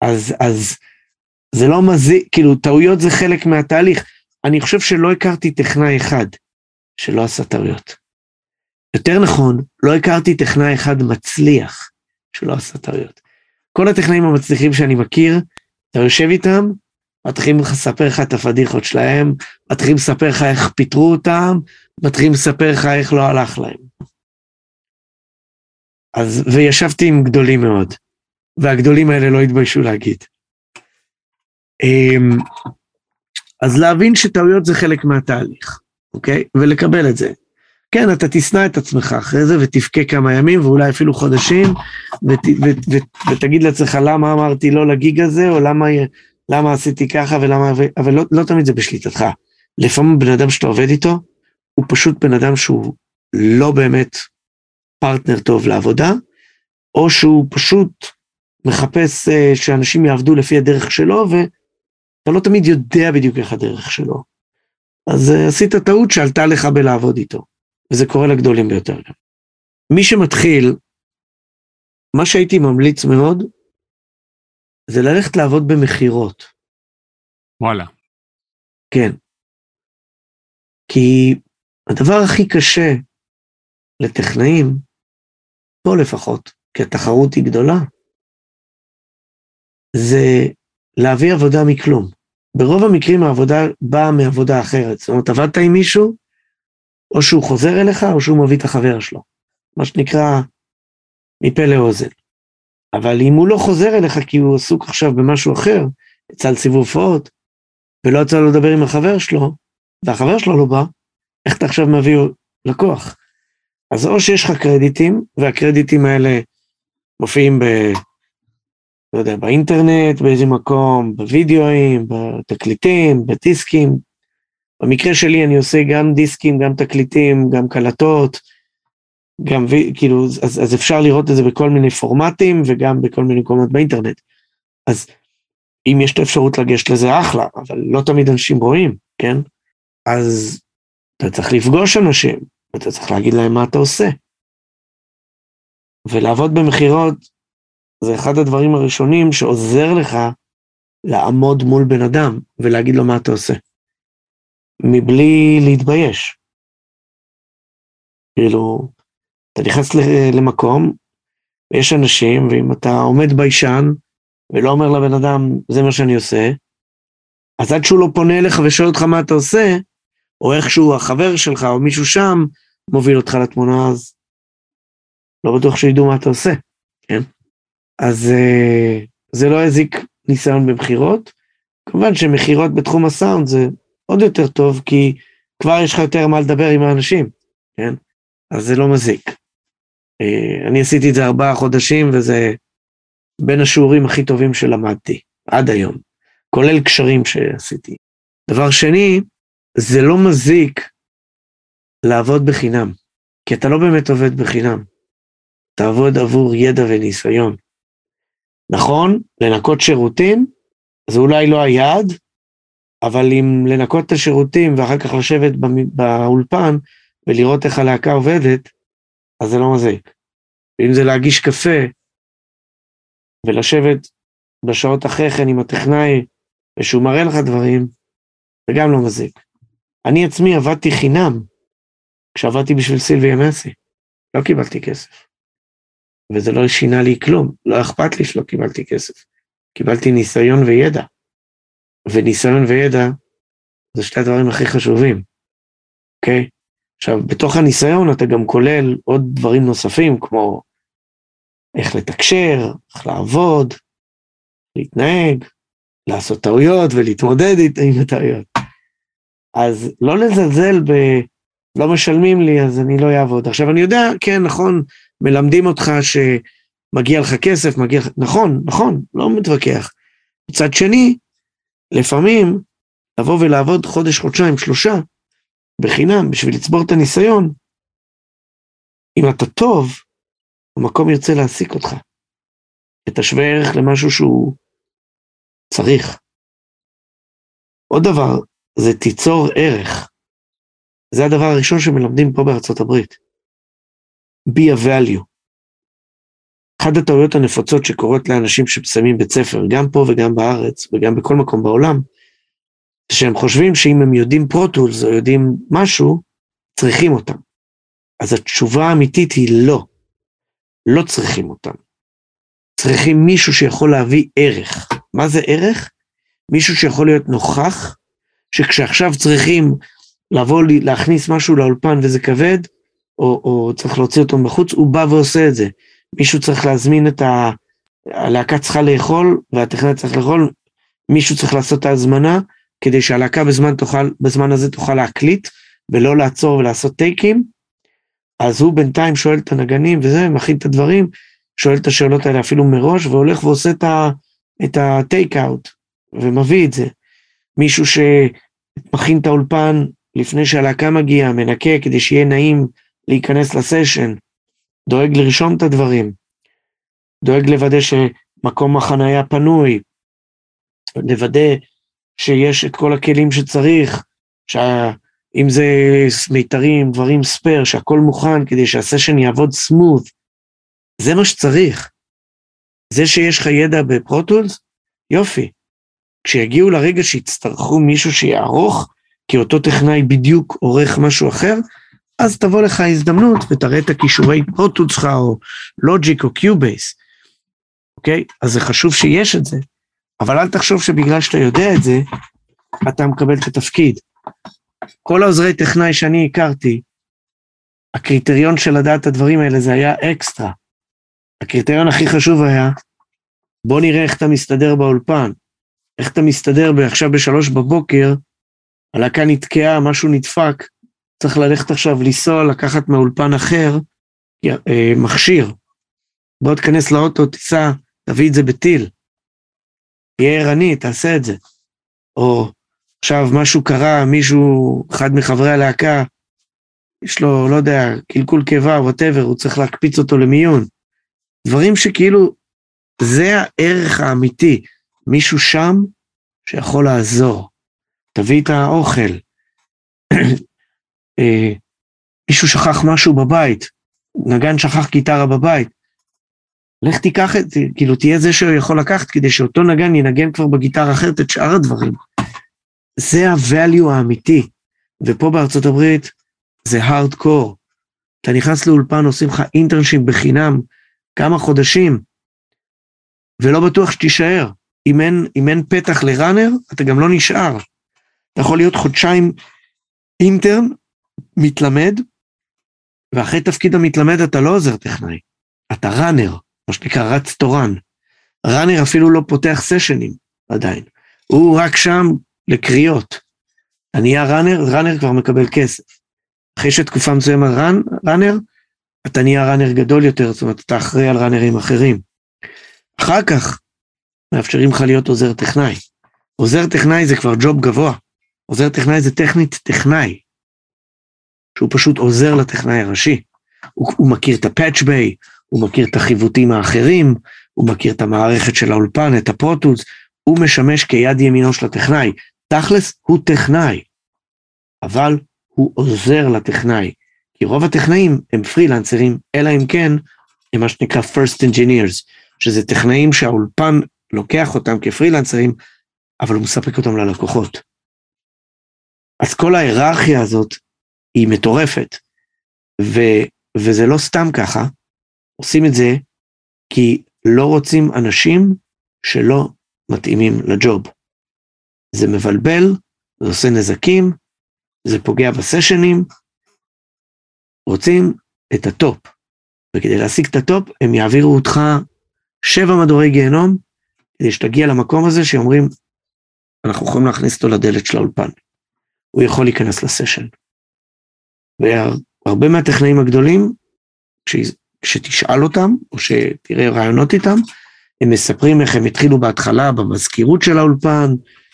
אז, אז זה לא מזיק, כאילו, טעויות זה חלק מהתהליך. אני חושב שלא הכרתי טכנאי אחד שלא עשה טעויות. יותר נכון, לא הכרתי טכנאי אחד מצליח שלא עשה טעויות. כל הטכנאים המצליחים שאני מכיר, אתה יושב איתם, מתחילים לספר לך את הפדיחות שלהם, מתחילים לספר לך איך פיטרו אותם, מתחילים לספר לך איך לא הלך להם. אז, וישבתי עם גדולים מאוד, והגדולים האלה לא התביישו להגיד. אז להבין שטעויות זה חלק מהתהליך, אוקיי? ולקבל את זה. כן, אתה תסנע את עצמך אחרי זה, ותפקה כמה ימים, ואולי אפילו חודשים, ות, ות, ות, ותגיד לעצמך למה אמרתי לא לגיג הזה, או למה, למה עשיתי ככה, ולמה, אבל לא, לא תמיד זה בשליטתך. לפעמים בן אדם שאתה עובד איתו, הוא פשוט בן אדם שהוא לא באמת פרטנר טוב לעבודה, או שהוא פשוט מחפש uh, שאנשים יעבדו לפי הדרך שלו, ואתה לא תמיד יודע בדיוק איך הדרך שלו. אז uh, עשית טעות שעלתה לך בלעבוד איתו, וזה קורה לגדולים ביותר גם. מי שמתחיל, מה שהייתי ממליץ מאוד, זה ללכת לעבוד במחירות. וואלה. כן. כי הדבר הכי קשה לטכנאים, פה לפחות, כי התחרות היא גדולה, זה להביא עבודה מכלום. ברוב המקרים העבודה באה מעבודה אחרת. זאת אומרת, עבדת עם מישהו, או שהוא חוזר אליך, או שהוא מביא את החבר שלו. מה שנקרא מפה לאוזן. אבל אם הוא לא חוזר אליך, כי הוא עסוק עכשיו במשהו אחר, יצא על סיבוב הופעות, ולא יצא לו לדבר עם החבר שלו, והחבר שלו לא בא, איך אתה עכשיו מביא לקוח? אז או שיש לך קרדיטים, והקרדיטים האלה מופיעים ב... לא יודע, באינטרנט, באיזה מקום, בווידאוים, בתקליטים, בדיסקים. במקרה שלי אני עושה גם דיסקים, גם תקליטים, גם קלטות, גם, כאילו, אז, אז אפשר לראות את זה בכל מיני פורמטים, וגם בכל מיני מקומות באינטרנט. אז אם יש את האפשרות לגשת לזה אחלה, אבל לא תמיד אנשים רואים, כן? אז אתה צריך לפגוש אנשים, ואתה צריך להגיד להם מה אתה עושה. ולעבוד במחירות, זה אחד הדברים הראשונים שעוזר לך לעמוד מול בן אדם, ולהגיד לו מה אתה עושה. מבלי להתבייש. כאילו, אתה נכנס למקום, ויש אנשים, ואם אתה עומד ביישן, ולא אומר לבן אדם, זה מה שאני עושה, אז עד שהוא לא פונה אליך ושואל אותך מה אתה עושה, או איכשהו החבר שלך, או מישהו שם, מוביל אותך לתמונה, אז לא בטוח שידעו מה אתה עושה, כן? אז זה לא יזיק ניסיון במחירות, כמובן שמחירות בתחום הסאונד זה עוד יותר טוב, כי כבר יש לך יותר מה לדבר עם האנשים, כן? אז זה לא מזיק. אני עשיתי את זה ארבעה חודשים, וזה בין השיעורים הכי טובים שלמדתי, עד היום, כולל קשרים שעשיתי. דבר שני, זה לא מזיק לעבוד בחינם, כי אתה לא באמת עובד בחינם, אתה עבוד עבור ידע וניסיון. נכון, לנקות שירותים, זה אולי לא היעד, אבל אם לנקות את השירותים ואחר כך לשבת באולפן ולראות איך הלהקה עובדת, אז זה לא מזיק. ואם זה להגיש קפה ולשבת בשעות אחרי כן עם הטכנאי ושהוא מראה לך דברים, זה גם לא מזיק. אני עצמי עבדתי חינם כשעבדתי בשביל סילביה מסי, לא קיבלתי כסף. וזה לא שינה לי כלום, לא אכפת לי שלא קיבלתי כסף. קיבלתי ניסיון וידע. וניסיון וידע זה שתי הדברים הכי חשובים. אוקיי? עכשיו, בתוך הניסיון אתה גם כולל עוד דברים נוספים, כמו איך לתקשר, איך לעבוד, להתנהג, לעשות טעויות ולהתמודד עם הטעויות. אז לא לזלזל ב... לא משלמים לי, אז אני לא אעבוד. עכשיו, אני יודע, כן, נכון, מלמדים אותך שמגיע לך כסף, מגיע לך... נכון, נכון, לא מתווכח. מצד שני, לפעמים, לבוא ולעבוד חודש, חודשיים, שלושה, בחינם, בשביל לצבור את הניסיון, אם אתה טוב, המקום ירצה להעסיק אותך. ותשווה ערך למשהו שהוא צריך. עוד דבר, זה תיצור ערך. זה הדבר הראשון שמלמדים פה בארצות הברית. be a value. אחת הטעויות הנפוצות שקורות לאנשים שמסיימים בית ספר, גם פה וגם בארץ, וגם בכל מקום בעולם, שהם חושבים שאם הם יודעים פרוטולס או יודעים משהו, צריכים אותם. אז התשובה האמיתית היא לא. לא צריכים אותם. צריכים מישהו שיכול להביא ערך. מה זה ערך? מישהו שיכול להיות נוכח, שכשעכשיו צריכים לבוא להכניס משהו לאולפן וזה כבד, או, או צריך להוציא אותו מחוץ, הוא בא ועושה את זה. מישהו צריך להזמין את ה... הלהקה צריכה לאכול, והטכנאי צריך לאכול, מישהו צריך לעשות את ההזמנה, כדי שהלהקה בזמן, תוכל, בזמן הזה תוכל להקליט, ולא לעצור ולעשות טייקים, אז הוא בינתיים שואל את הנגנים, וזה, מכין את הדברים, שואל את השאלות האלה אפילו מראש, והולך ועושה את, ה, את הטייק-אאוט, ומביא את זה. מישהו שמכין את האולפן, לפני שהלהקה מגיעה, מנקה, כדי שיהיה נעים להיכנס לסשן, דואג לרשום את הדברים, דואג לוודא שמקום החנייה פנוי, לוודא שיש את כל הכלים שצריך, שאם זה מיתרים, דברים ספר, שהכל מוכן כדי שהסשן יעבוד סמות, זה מה שצריך. זה שיש לך ידע בפרוטולס, יופי. כשיגיעו לרגע שיצטרכו מישהו שיערוך, כי אותו טכנאי בדיוק עורך משהו אחר, אז תבוא לך הזדמנות ותראה את הכישורי פרוטולס שלך, או לוג'יק או קיובייס. אוקיי? אז זה חשוב שיש את זה. אבל אל תחשוב שבגלל שאתה יודע את זה, אתה מקבל את התפקיד. כל העוזרי טכנאי שאני הכרתי, הקריטריון של לדעת את הדברים האלה זה היה אקסטרה. הקריטריון הכי חשוב היה, בוא נראה איך אתה מסתדר באולפן, איך אתה מסתדר עכשיו בשלוש בבוקר, הלהקה נתקעה, משהו נדפק, צריך ללכת עכשיו לנסוע, לקחת מהאולפן אחר, מכשיר, בוא תכנס לאוטו, תיסע, תביא את זה בטיל, תהיה ערני, תעשה את זה. או עכשיו משהו קרה, מישהו, אחד מחברי הלהקה, יש לו, לא יודע, קלקול קיבה, whatever, הוא צריך להקפיץ אותו למיון. דברים שכאילו, זה הערך האמיתי. מישהו שם שיכול לעזור. תביא את האוכל. מישהו שכח משהו בבית. נגן שכח גיטרה בבית. לך תיקח את זה, כאילו תהיה זה שהוא יכול לקחת, כדי שאותו נגן ינגן כבר בגיטרה אחרת את שאר הדברים. זה ה-value האמיתי. ופה בארצות הברית, זה hardcore. אתה נכנס לאולפן, עושים לך אינטרנשיפ בחינם, כמה חודשים, ולא בטוח שתישאר. אם אין, אם אין פתח לראנר, אתה גם לא נשאר. אתה יכול להיות חודשיים אינטרן, מתלמד, ואחרי תפקיד המתלמד אתה לא עוזר טכנאי. אתה ראנר, מה שנקרא רץ תורן. ראנר אפילו לא פותח סשנים עדיין. הוא רק שם לקריאות. אני אהיה ראנר, ראנר כבר מקבל כסף. אחרי שתקופה מסוימת ראנר, אתה נהיה ראנר גדול יותר, זאת אומרת, אתה אחראי על ראנרים אחרים. אחר כך, מאפשרים לך להיות עוזר טכנאי. עוזר טכנאי זה כבר ג'וב גבוה. עוזר טכנאי זה טכנית טכנאי. שהוא פשוט עוזר לטכנאי הראשי. הוא, הוא מכיר את הפאץ' ביי, הוא מכיר את החיוותים האחרים, הוא מכיר את המערכת של האולפן, את הפרוטולס, הוא משמש כיד ימינו של הטכנאי. תכלס הוא טכנאי, אבל הוא עוזר לטכנאי. כי רוב הטכנאים הם פרילנסרים, אלא אם כן, הם מה שנקרא first engineers, שזה טכנאים שהאולפן לוקח אותם כפרילנסרים, אבל הוא מספק אותם ללקוחות. אז כל ההיררכיה הזאת היא מטורפת, ו, וזה לא סתם ככה, עושים את זה כי לא רוצים אנשים שלא מתאימים לג'וב. זה מבלבל, זה עושה נזקים, זה פוגע בסשנים, רוצים את הטופ, וכדי להשיג את הטופ, הם יעבירו אותך שבע מדורי גיהנום, כדי שתגיע למקום הזה שאומרים, אנחנו יכולים להכניס אותו לדלת של האולפן, הוא יכול להיכנס לסשן. והרבה מהטכנאים הגדולים, כש, כשתשאל אותם, או שתראה רעיונות איתם, הם מספרים איך הם התחילו בהתחלה, במזכירות של האולפן,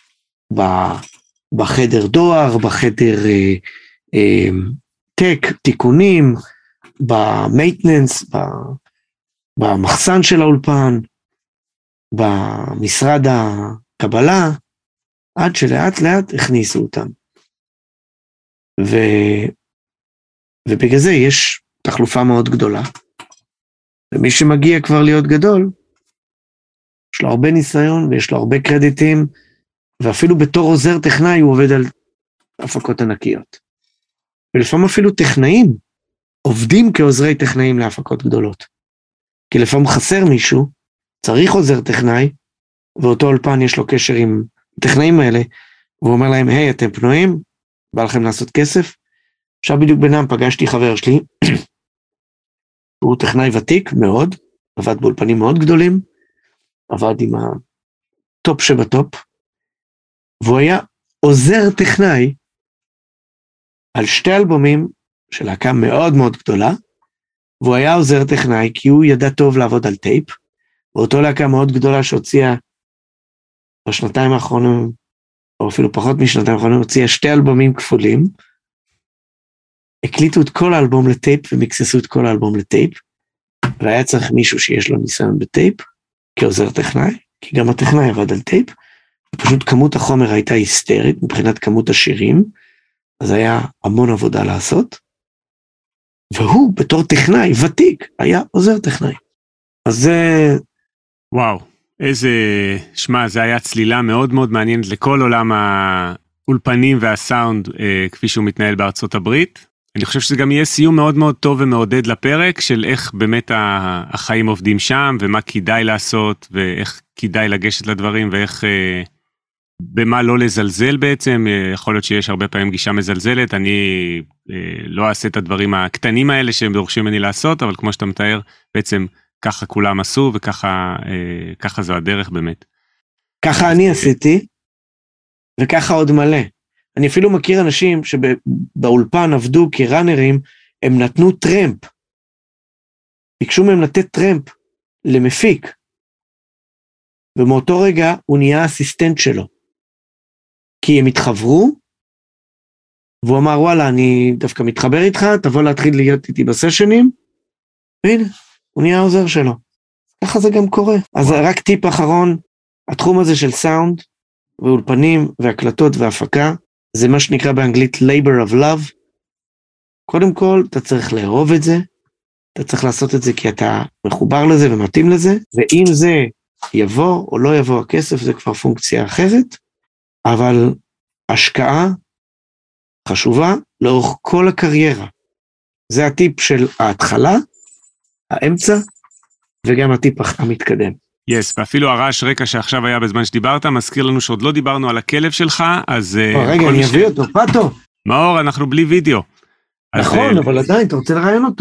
בחדר דואר, בחדר אה, אה, טק, תיקונים, במייטננס, במחסן של האולפן, במשרד הקבלה, עד שלאט לאט הכניסו אותם. ו... ובגלל זה יש תחלופה מאוד גדולה, ומי שמגיע כבר להיות גדול, יש לו הרבה ניסיון ויש לו הרבה קרדיטים, ואפילו בתור עוזר טכנאי הוא עובד על הפקות ענקיות. ולפעמים אפילו טכנאים עובדים כעוזרי טכנאים להפקות גדולות. כי לפעמים חסר מישהו, צריך עוזר טכנאי, ואותו אולפן יש לו קשר עם הטכנאים האלה, והוא אומר להם, היי, אתם פנויים? בא לכם לעשות כסף? עכשיו בדיוק בינם פגשתי חבר שלי, הוא טכנאי ותיק מאוד, עבד באולפנים מאוד גדולים, עבד עם הטופ שבטופ, והוא היה עוזר טכנאי על שתי אלבומים של להקה מאוד מאוד גדולה, והוא היה עוזר טכנאי כי הוא ידע טוב לעבוד על טייפ, ואותו להקה מאוד גדולה שהוציאה בשנתיים האחרונים, או אפילו פחות משנתיים האחרונים, הוציאה שתי אלבומים כפולים, הקליטו את כל האלבום לטייפ ומקססו את כל האלבום לטייפ, והיה צריך מישהו שיש לו ניסיון בטייפ, כעוזר טכנאי, כי גם הטכנאי עבד על טייפ, ופשוט כמות החומר הייתה היסטרית מבחינת כמות השירים, אז היה המון עבודה לעשות, והוא בתור טכנאי ותיק היה עוזר טכנאי. אז זה... וואו, איזה... שמה, זה היה צלילה מאוד מאוד מעניינת לכל עולם האולפנים והסאונד, אה, כפי שהוא מתנהל בארצות הברית. אני חושב שזה גם יהיה סיום מאוד מאוד טוב ומעודד לפרק, של איך באמת החיים עובדים שם, ומה כדאי לעשות, ואיך כדאי לגשת לדברים, ואיך... אה, במה לא לזלזל בעצם, יכול להיות שיש הרבה פעמים גישה מזלזלת, אני אה, לא אעשה את הדברים הקטנים האלה שהם דורשים ממני לעשות, אבל כמו שאתה מתאר, בעצם ככה כולם עשו, וככה אה, ככה זו הדרך באמת. ככה אני עשיתי, וככה עוד מלא. אני אפילו מכיר אנשים שבאולפן עבדו כראנרים, הם נתנו טרמפ, ביקשו מהם לתת טרמפ למפיק, ומאותו רגע הוא נהיה אסיסטנט שלו. כי הם התחברו, והוא אמר, וואלה, אני דווקא מתחבר איתך, תבוא להתחיל להיות איתי בסשנים, והנה, הוא נהיה העוזר שלו. ככה זה גם קורה. אז רק טיפ אחרון, התחום הזה של סאונד, ואולפנים, והקלטות והפקה, זה מה שנקרא באנגלית labor of love. קודם כל, אתה צריך לאהוב את זה, אתה צריך לעשות את זה כי אתה מחובר לזה ומתאים לזה, ואם זה יבוא או לא יבוא הכסף, זה כבר פונקציה אחרת, אבל השקעה חשובה לאורך כל הקריירה. זה הטיפ של ההתחלה, האמצע, וגם הטיפ המתקדם. יס, yes, ואפילו הרעש רקע שעכשיו היה בזמן שדיברת, מזכיר לנו שעוד לא דיברנו על הכלב שלך, אז... או, רגע, אני אביא אותו, פאטו. מאור, אנחנו בלי וידאו. נכון, אבל עדיין, אתה רוצה לראיין אותו.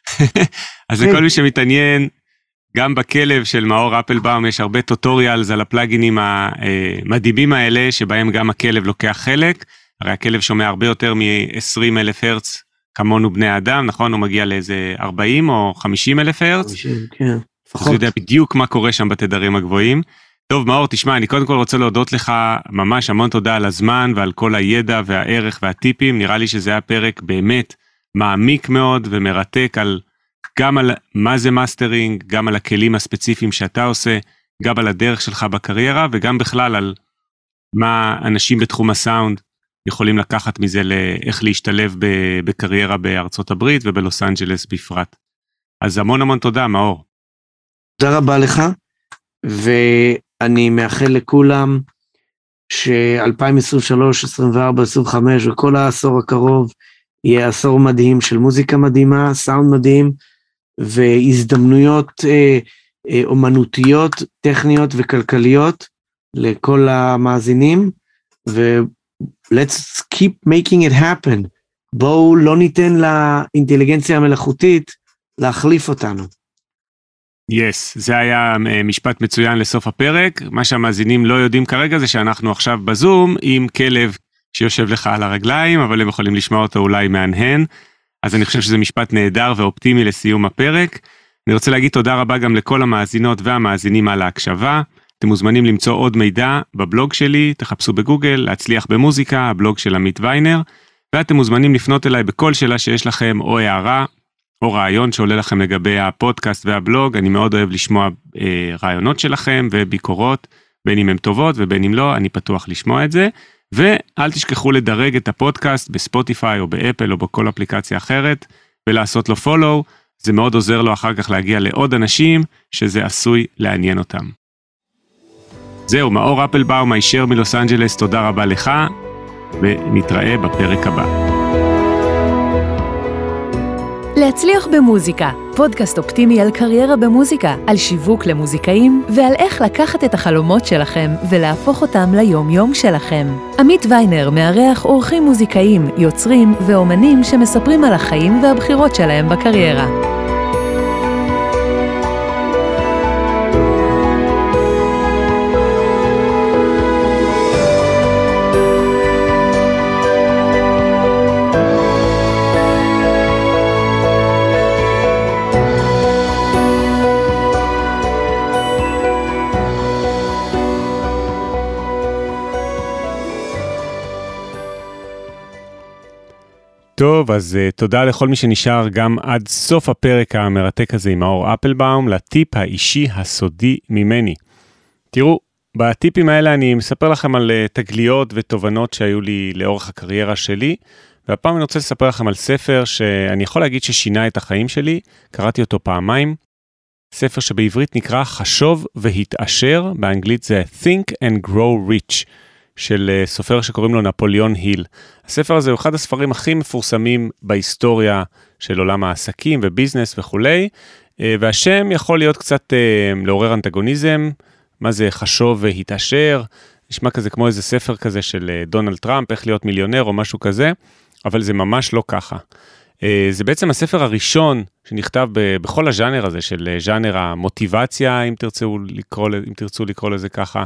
אז לכל מי שמתעניין, גם בכלב של מאור אפלבאום יש הרבה טוטוריאלס על הפלאגינים המדהימים האלה, שבהם גם הכלב לוקח חלק, הרי הכלב שומע הרבה יותר מ-עשרים אלף הרץ, כמונו בני האדם, נכון? הוא מגיע לאיזה ארבעים או חמישים אלף הרץ. חמישים, כן. אז הוא יודע בדיוק מה קורה שם בתדרים הגבוהים. טוב, מאור, תשמע, אני קודם כל רוצה להודות לך ממש המון תודה על הזמן ועל כל הידע והערך והטיפים. נראה לי שזה היה פרק באמת מעמיק מאוד ומרתק על גם על מה זה מאסטרינג, גם על הכלים הספציפיים שאתה עושה, גם על הדרך שלך בקריירה, וגם בכלל על מה אנשים בתחום הסאונד יכולים לקחת מזה לאיך להשתלב בקריירה בארצות הברית ובלוס אנג'לס בפרט. אז המון המון תודה, מאור. תודה רבה לך, ואני מאחל לכולם ש-אלפיים עשרים ושלוש, עשרים וארבע, עשרים וחמש וכל העשור הקרוב יהיה עשור מדהים של מוזיקה מדהימה, סאונד מדהים, והזדמנויות אה, אה, אומנותיות, טכניות וכלכליות לכל המאזינים, ו-let's keep making it happen. בואו לא ניתן לאינטליגנציה המלאכותית להחליף אותנו. יס, yes, זה היה משפט מצוין לסוף הפרק. מה שהמאזינים לא יודעים כרגע זה שאנחנו עכשיו בזום עם כלב שיושב לך על הרגליים, אבל הם יכולים לשמוע אותו אולי מהנהן. אז אני חושב שזה משפט נהדר ואופטימי לסיום הפרק. אני רוצה להגיד תודה רבה גם לכל המאזינות והמאזינים על ההקשבה. אתם מוזמנים למצוא עוד מידע בבלוג שלי, תחפשו בגוגל, להצליח במוזיקה, הבלוג של עמית ויינר, ואתם מוזמנים לפנות אליי בכל שאלה שיש לכם או הערה, או רעיון שעולה לכם לגבי הפודקאסט והבלוג. אני מאוד אוהב לשמוע אה, רעיונות שלכם וביקורות, בין אם הן טובות ובין אם לא, אני פתוח לשמוע את זה. ואל תשכחו לדרג את הפודקאסט בספוטיפיי או באפל או בכל אפליקציה אחרת, ולעשות לו פולו. זה מאוד עוזר לו אחר כך להגיע לעוד אנשים שזה עשוי לעניין אותם. זהו, מאור אפלבאום, הישר מלוס אנג'לס, תודה רבה לך, ונתראה בפרק הבא. להצליח במוזיקה, פודקאסט אופטימי על קריירה במוזיקה, על שיווק למוזיקאים ועל איך לקחת את החלומות שלכם ולהפוך אותם ליום-יום שלכם. עמית ויינר מארח אורחים מוזיקאים, יוצרים ואומנים שמספרים על החיים והבחירות שלהם בקריירה. טוב, אז uh, תודה לכל מי שנשאר גם עד סוף הפרק המרתק הזה עם מאור אפלבאום, לטיפ האישי הסודי ממני. תראו, בטיפים האלה אני מספר לכם על uh, תגליות ותובנות שהיו לי לאורך הקריירה שלי, והפעם אני רוצה לספר לכם על ספר שאני יכול להגיד ששינה את החיים שלי, קראתי אותו פעמיים, ספר שבעברית נקרא חשוב והתעשר, באנגלית זה Think and Grow Rich, של סופר שקוראים לו נפוליאון היל. הספר הזה הוא אחד הספרים הכי מפורסמים בהיסטוריה של עולם העסקים וביזנס וכולי, והשם יכול להיות קצת לעורר אנטגוניזם, מה זה חשוב והתעשר, נשמע כזה כמו איזה ספר כזה של דונלד טראמפ, איך להיות מיליונר או משהו כזה, אבל זה ממש לא ככה. זה בעצם הספר הראשון שנכתב בכל הז'אנר הזה, של ז'אנר המוטיבציה, אם תרצו לקרוא, אם תרצו לקרוא לזה ככה,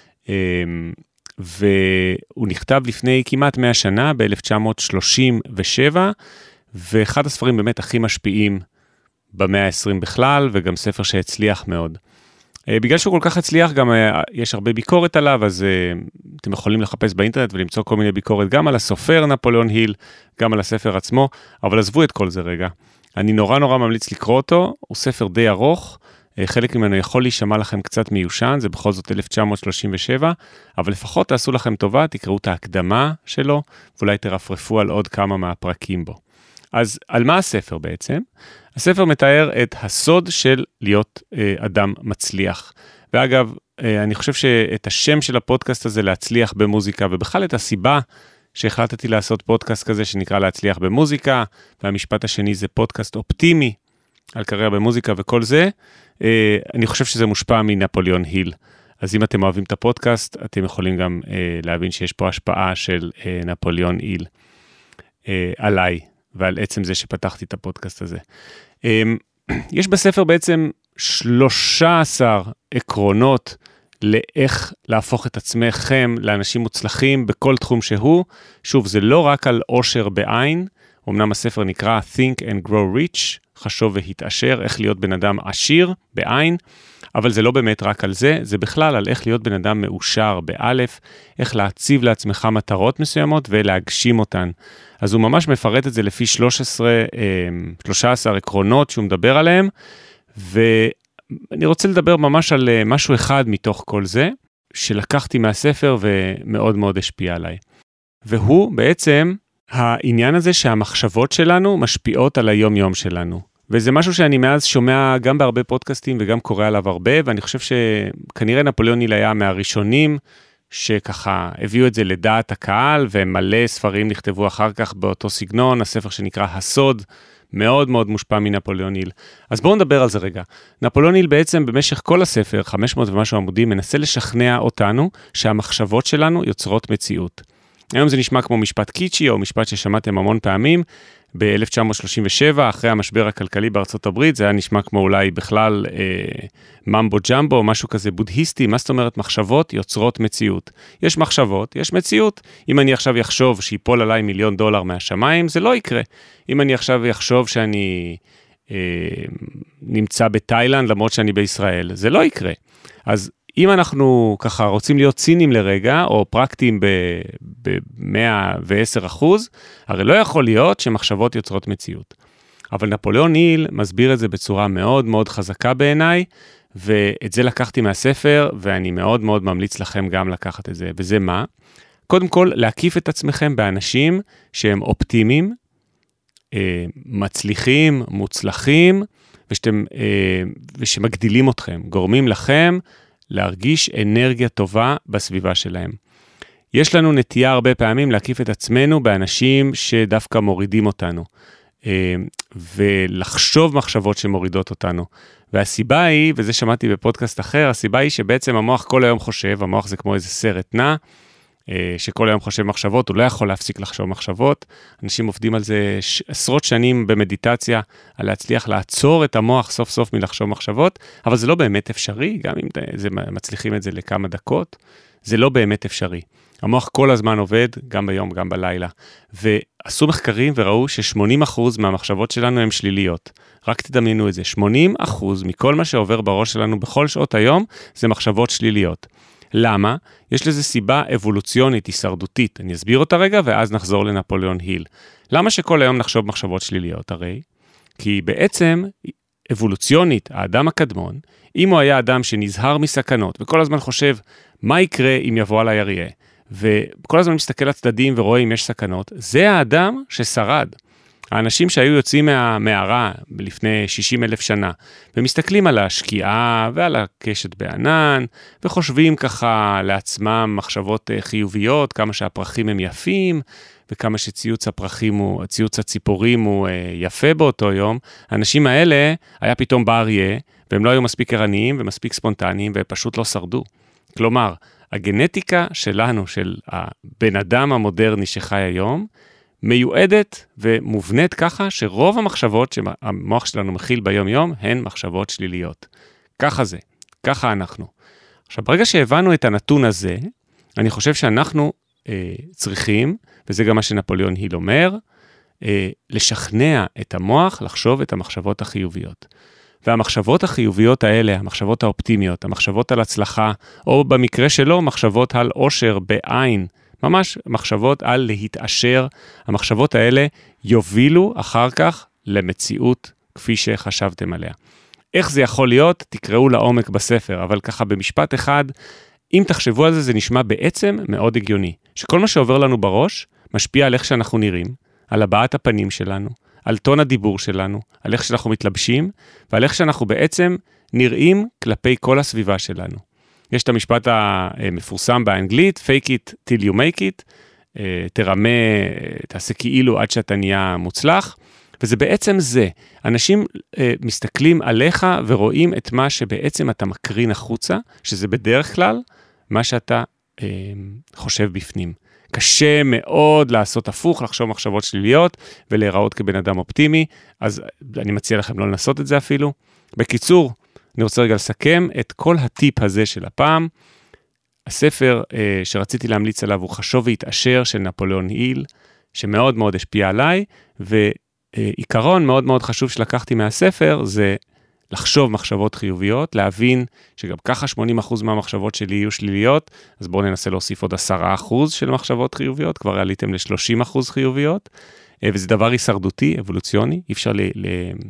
והוא נכתב לפני כמעט מאה שנה, ב-אלף תשע מאות שלושים ושבע, ואחד הספרים באמת הכי משפיעים במאה ה-עשרים בכלל, וגם ספר שהצליח מאוד. בגלל שהוא כל כך הצליח, גם יש הרבה ביקורת עליו, אז אתם יכולים לחפש באינטרנט ולמצוא כל מיני ביקורת, גם על הסופר נפוליאון היל, גם על הספר עצמו, אבל עזבו את כל זה רגע. אני נורא נורא ממליץ לקרוא אותו, הוא ספר די ארוך, חלק ממנו יכול להישמע לכם קצת מיושן, זה בכל זאת אלף תשע מאות שלושים ושבע, אבל לפחות תעשו לכם טובה, תקראו את ההקדמה שלו, ואולי תרפרפו על עוד כמה מהפרקים בו. אז על מה הספר בעצם? הספר מתאר את הסוד של להיות אה, אדם מצליח. ואגב, אה, אני חושב שאת השם של הפודקאסט הזה להצליח במוזיקה, ובכלל את הסיבה שהחלטתי לעשות פודקאסט כזה שנקרא להצליח במוזיקה, והמשפט השני זה פודקאסט אופטימי, על קריירה במוזיקה וכל זה, אה, אני חושב שזה מושפע מנפוליאון היל. אז אם אתם אוהבים את הפודקאסט, אתם יכולים גם אה, להבין שיש פה השפעה של אה, נפוליאון היל אה, עליי, ועל עצם זה שפתחתי את הפודקאסט הזה. אה, יש בספר בעצם שלושה עשר עקרונות לאיך להפוך את עצמכם לאנשים מוצלחים בכל תחום שהוא. שוב, זה לא רק על עושר בעין, אמנם הספר נקרא Think and Grow Rich, חשוב והתעשר, איך להיות בן אדם עשיר בעין, אבל זה לא באמת רק על זה, זה בכלל על איך להיות בן אדם מאושר באלף, איך להציב לעצמך מטרות מסוימות ולהגשים אותן. אז הוא ממש מפרט את זה לפי שלוש עשרה, שלוש עשרה עקרונות שהוא מדבר עליהם, ואני רוצה לדבר ממש על משהו אחד מתוך כל זה, שלקחתי מהספר ומאוד מאוד השפיע עליי. והוא בעצם העניין הזה שהמחשבות שלנו משפיעות על היום-יום שלנו. וזה משהו שאני מאז שומע גם בהרבה פודקאסטים וגם קורא עליו הרבה, ואני חושב שכנראה נפוליאון היל היה מהראשונים שככה הביאו את זה לדעת הקהל, ומלא ספרים נכתבו אחר כך באותו סגנון, הספר שנקרא הסוד, מאוד מאוד מושפע מנפוליאון היל. אז בואו נדבר על זה רגע. נפוליאון היל בעצם במשך כל הספר, חמש מאות ומשהו עמודים, מנסה לשכנע אותנו שהמחשבות שלנו יוצרות מציאות. היום זה נשמע כמו משפט קיצ'י, או משפט ששמעתם המון פעמים, ב-אלף תשע מאות שלושים ושבע, אחרי המשבר הכלכלי בארצות הברית, זה היה נשמע כמו אולי בכלל אה, ממבו ג'מבו, משהו כזה בודהיסטי, מה זאת אומרת? מחשבות יוצרות מציאות. יש מחשבות, יש מציאות. אם אני עכשיו יחשוב שיפול עליי מיליון דולר מהשמיים, זה לא יקרה. אם אני עכשיו יחשוב שאני אה, נמצא בתאילנד, למרות שאני בישראל, זה לא יקרה. אז אם אנחנו ככה רוצים להיות צינים לרגע, או פרקטיים ב-מאה ועשר אחוז, הרי לא יכול להיות שמחשבות יוצרות מציאות. אבל נפוליאון היל מסביר את זה בצורה מאוד מאוד חזקה בעיניי, ואת זה לקחתי מהספר, ואני מאוד מאוד ממליץ לכם גם לקחת את זה. וזה מה? קודם כל, להקיף את עצמכם באנשים שהם אופטימיים, אה, מצליחים, מוצלחים, ושאתם, אה, ושמגדילים אתכם, גורמים לכם להרגיש אנרגיה טובה בסביבה שלהם. יש לנו נטייה הרבה פעמים להקיף את עצמנו באנשים שדווקא מורידים אותנו, ולחשוב מחשבות שמורידות אותנו. והסיבה היא, וזה שמעתי בפודקאסט אחר, הסיבה היא שבעצם המוח כל היום חושב, המוח זה כמו איזה סרט נע, שכל היום חושב מחשבות, הוא לא יכול להפסיק לחשוב מחשבות. אנשים עובדים על זה עשרות שנים במדיטציה, על להצליח לעצור את המוח סוף סוף מלחשוב מחשבות, אבל זה לא באמת אפשרי, גם אם זה, מצליחים את זה לכמה דקות, זה לא באמת אפשרי. המוח כל הזמן עובד, גם ביום, גם בלילה. ועשו מחקרים וראו ש-שמונים אחוז מהמחשבות שלנו הן שליליות. רק תדמיינו את זה, שמונים אחוז מכל מה שעובר בראש שלנו בכל שעות היום, זה מחשבות שליליות. למה? יש לזה סיבה אבולוציונית, הישרדותית. אני אסביר אותה רגע, ואז נחזור לנפוליאון היל. למה שכל היום נחשוב מחשבות שליליות? הרי, כי בעצם, אבולוציונית, האדם הקדמון, אם הוא היה אדם שנזהר מסכנות, וכל הזמן חושב, מה יקרה אם יבוא עליי אריה? וכל הזמן מסתכל לצדדים ורואה אם יש סכנות, זה האדם ששרד. האנשים שהיו יוצאים מהמערה לפני שישים אלף שנה, ומסתכלים על השקיעה ועל הקשת בענן, וחושבים ככה לעצמם מחשבות חיוביות, כמה שהפרחים הם יפים, וכמה שציוץ הפרחים הוא, ציוץ הציפורים הוא יפה באותו יום, האנשים האלה היה פתאום באריה, והם לא היו מספיק ערניים ומספיק ספונטניים, ופשוט לא שרדו. כלומר, הגנטיקה שלנו, של הבן אדם המודרני שחי היום, מיועדת ומובנית ככה שרוב המחשבות שהמוח שלנו מכיל ביום יום, הן מחשבות שליליות. ככה זה, ככה אנחנו. עכשיו, ברגע שהבנו את הנתון הזה, אני חושב שאנחנו אה, צריכים, וזה גם מה שנפוליאון היל אומר, אה, לשכנע את המוח לחשוב את המחשבות החיוביות. והמחשבות החיוביות האלה, המחשבות האופטימיות, המחשבות על הצלחה, או במקרה שלו, מחשבות על עושר בעין, ממש מחשבות על להתעשר, המחשבות האלה יובילו אחר כך למציאות כפי שחשבתם עליה. איך זה יכול להיות? תקראו לעומק בספר, אבל ככה במשפט אחד, אם תחשבו על זה, זה נשמע בעצם מאוד הגיוני, שכל מה שעובר לנו בראש, משפיע על איך שאנחנו נראים, על הבעת הפנים שלנו, על טון הדיבור שלנו, על איך שאנחנו מתלבשים, ועל איך שאנחנו בעצם נראים כלפי כל הסביבה שלנו. יש את המשפט המפורסם באנגלית, fake it till you make it, תרמה, תעשה כאילו עד שאתה נהיה מוצלח, וזה בעצם זה. אנשים מסתכלים עליך ורואים את מה שבעצם אתה מקרין החוצה, שזה בדרך כלל מה שאתה חושב בפנים. קשה מאוד לעשות הפוך, לחשוב מחשבות שליליות, ולהיראות כבן אדם אופטימי, אז אני מציע לכם לא לנסות את זה אפילו. בקיצור, אני רוצה רגע לסכם את כל הטיפ הזה של הפעם. הספר אה, שרציתי להמליץ עליו הוא חשוב והתעשר של נפוליאון היל, שמאוד מאוד השפיע עליי, ועיקרון מאוד מאוד חשוב שלקחתי מהספר, זה לחשוב מחשבות חיוביות, להבין שגם ככה שמונים אחוז מהמחשבות שלי יהיו שליליות, אז בואו ננסה להוסיף עוד עשרה אחוז של מחשבות חיוביות, כבר עליתם ל-שלושים אחוז חיוביות, אה, וזה דבר הישרדותי, אבולוציוני, אי אפשר ל... ל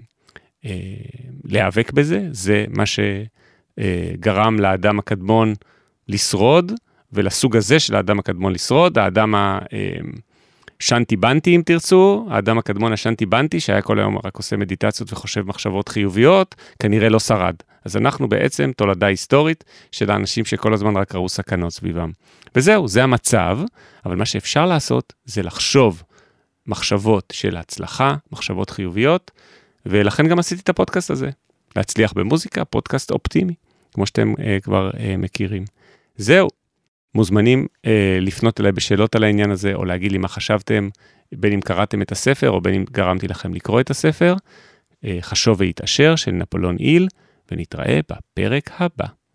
להיאבק בזה, זה מה שגרם לאדם הקדמון לשרוד, ולסוג הזה של האדם הקדמון לשרוד, האדם השנטי בנטי אם תרצו, האדם הקדמון השנטי בנטי, שהיה כל היום רק עושה מדיטציות וחושב מחשבות חיוביות, כנראה לא שרד. אז אנחנו בעצם תולדה היסטורית של האנשים שכל הזמן רק ראו סכנות סביבם. וזהו, זה המצב, אבל מה שאפשר לעשות זה לחשוב מחשבות של הצלחה, מחשבות חיוביות, ולכן גם עשיתי את הפודקאסט הזה, להצליח במוזיקה, פודקאסט אופטימי, כמו שאתם אה, כבר אה, מכירים. זהו, מוזמנים אה, לפנות אליי בשאלות על העניין הזה, או להגיד לי מה חשבתם, בין אם קראתם את הספר, או בין אם גרמתי לכם לקרוא את הספר, אה, חשוב והתעשר של נפוליאון היל, ונתראה בפרק הבא.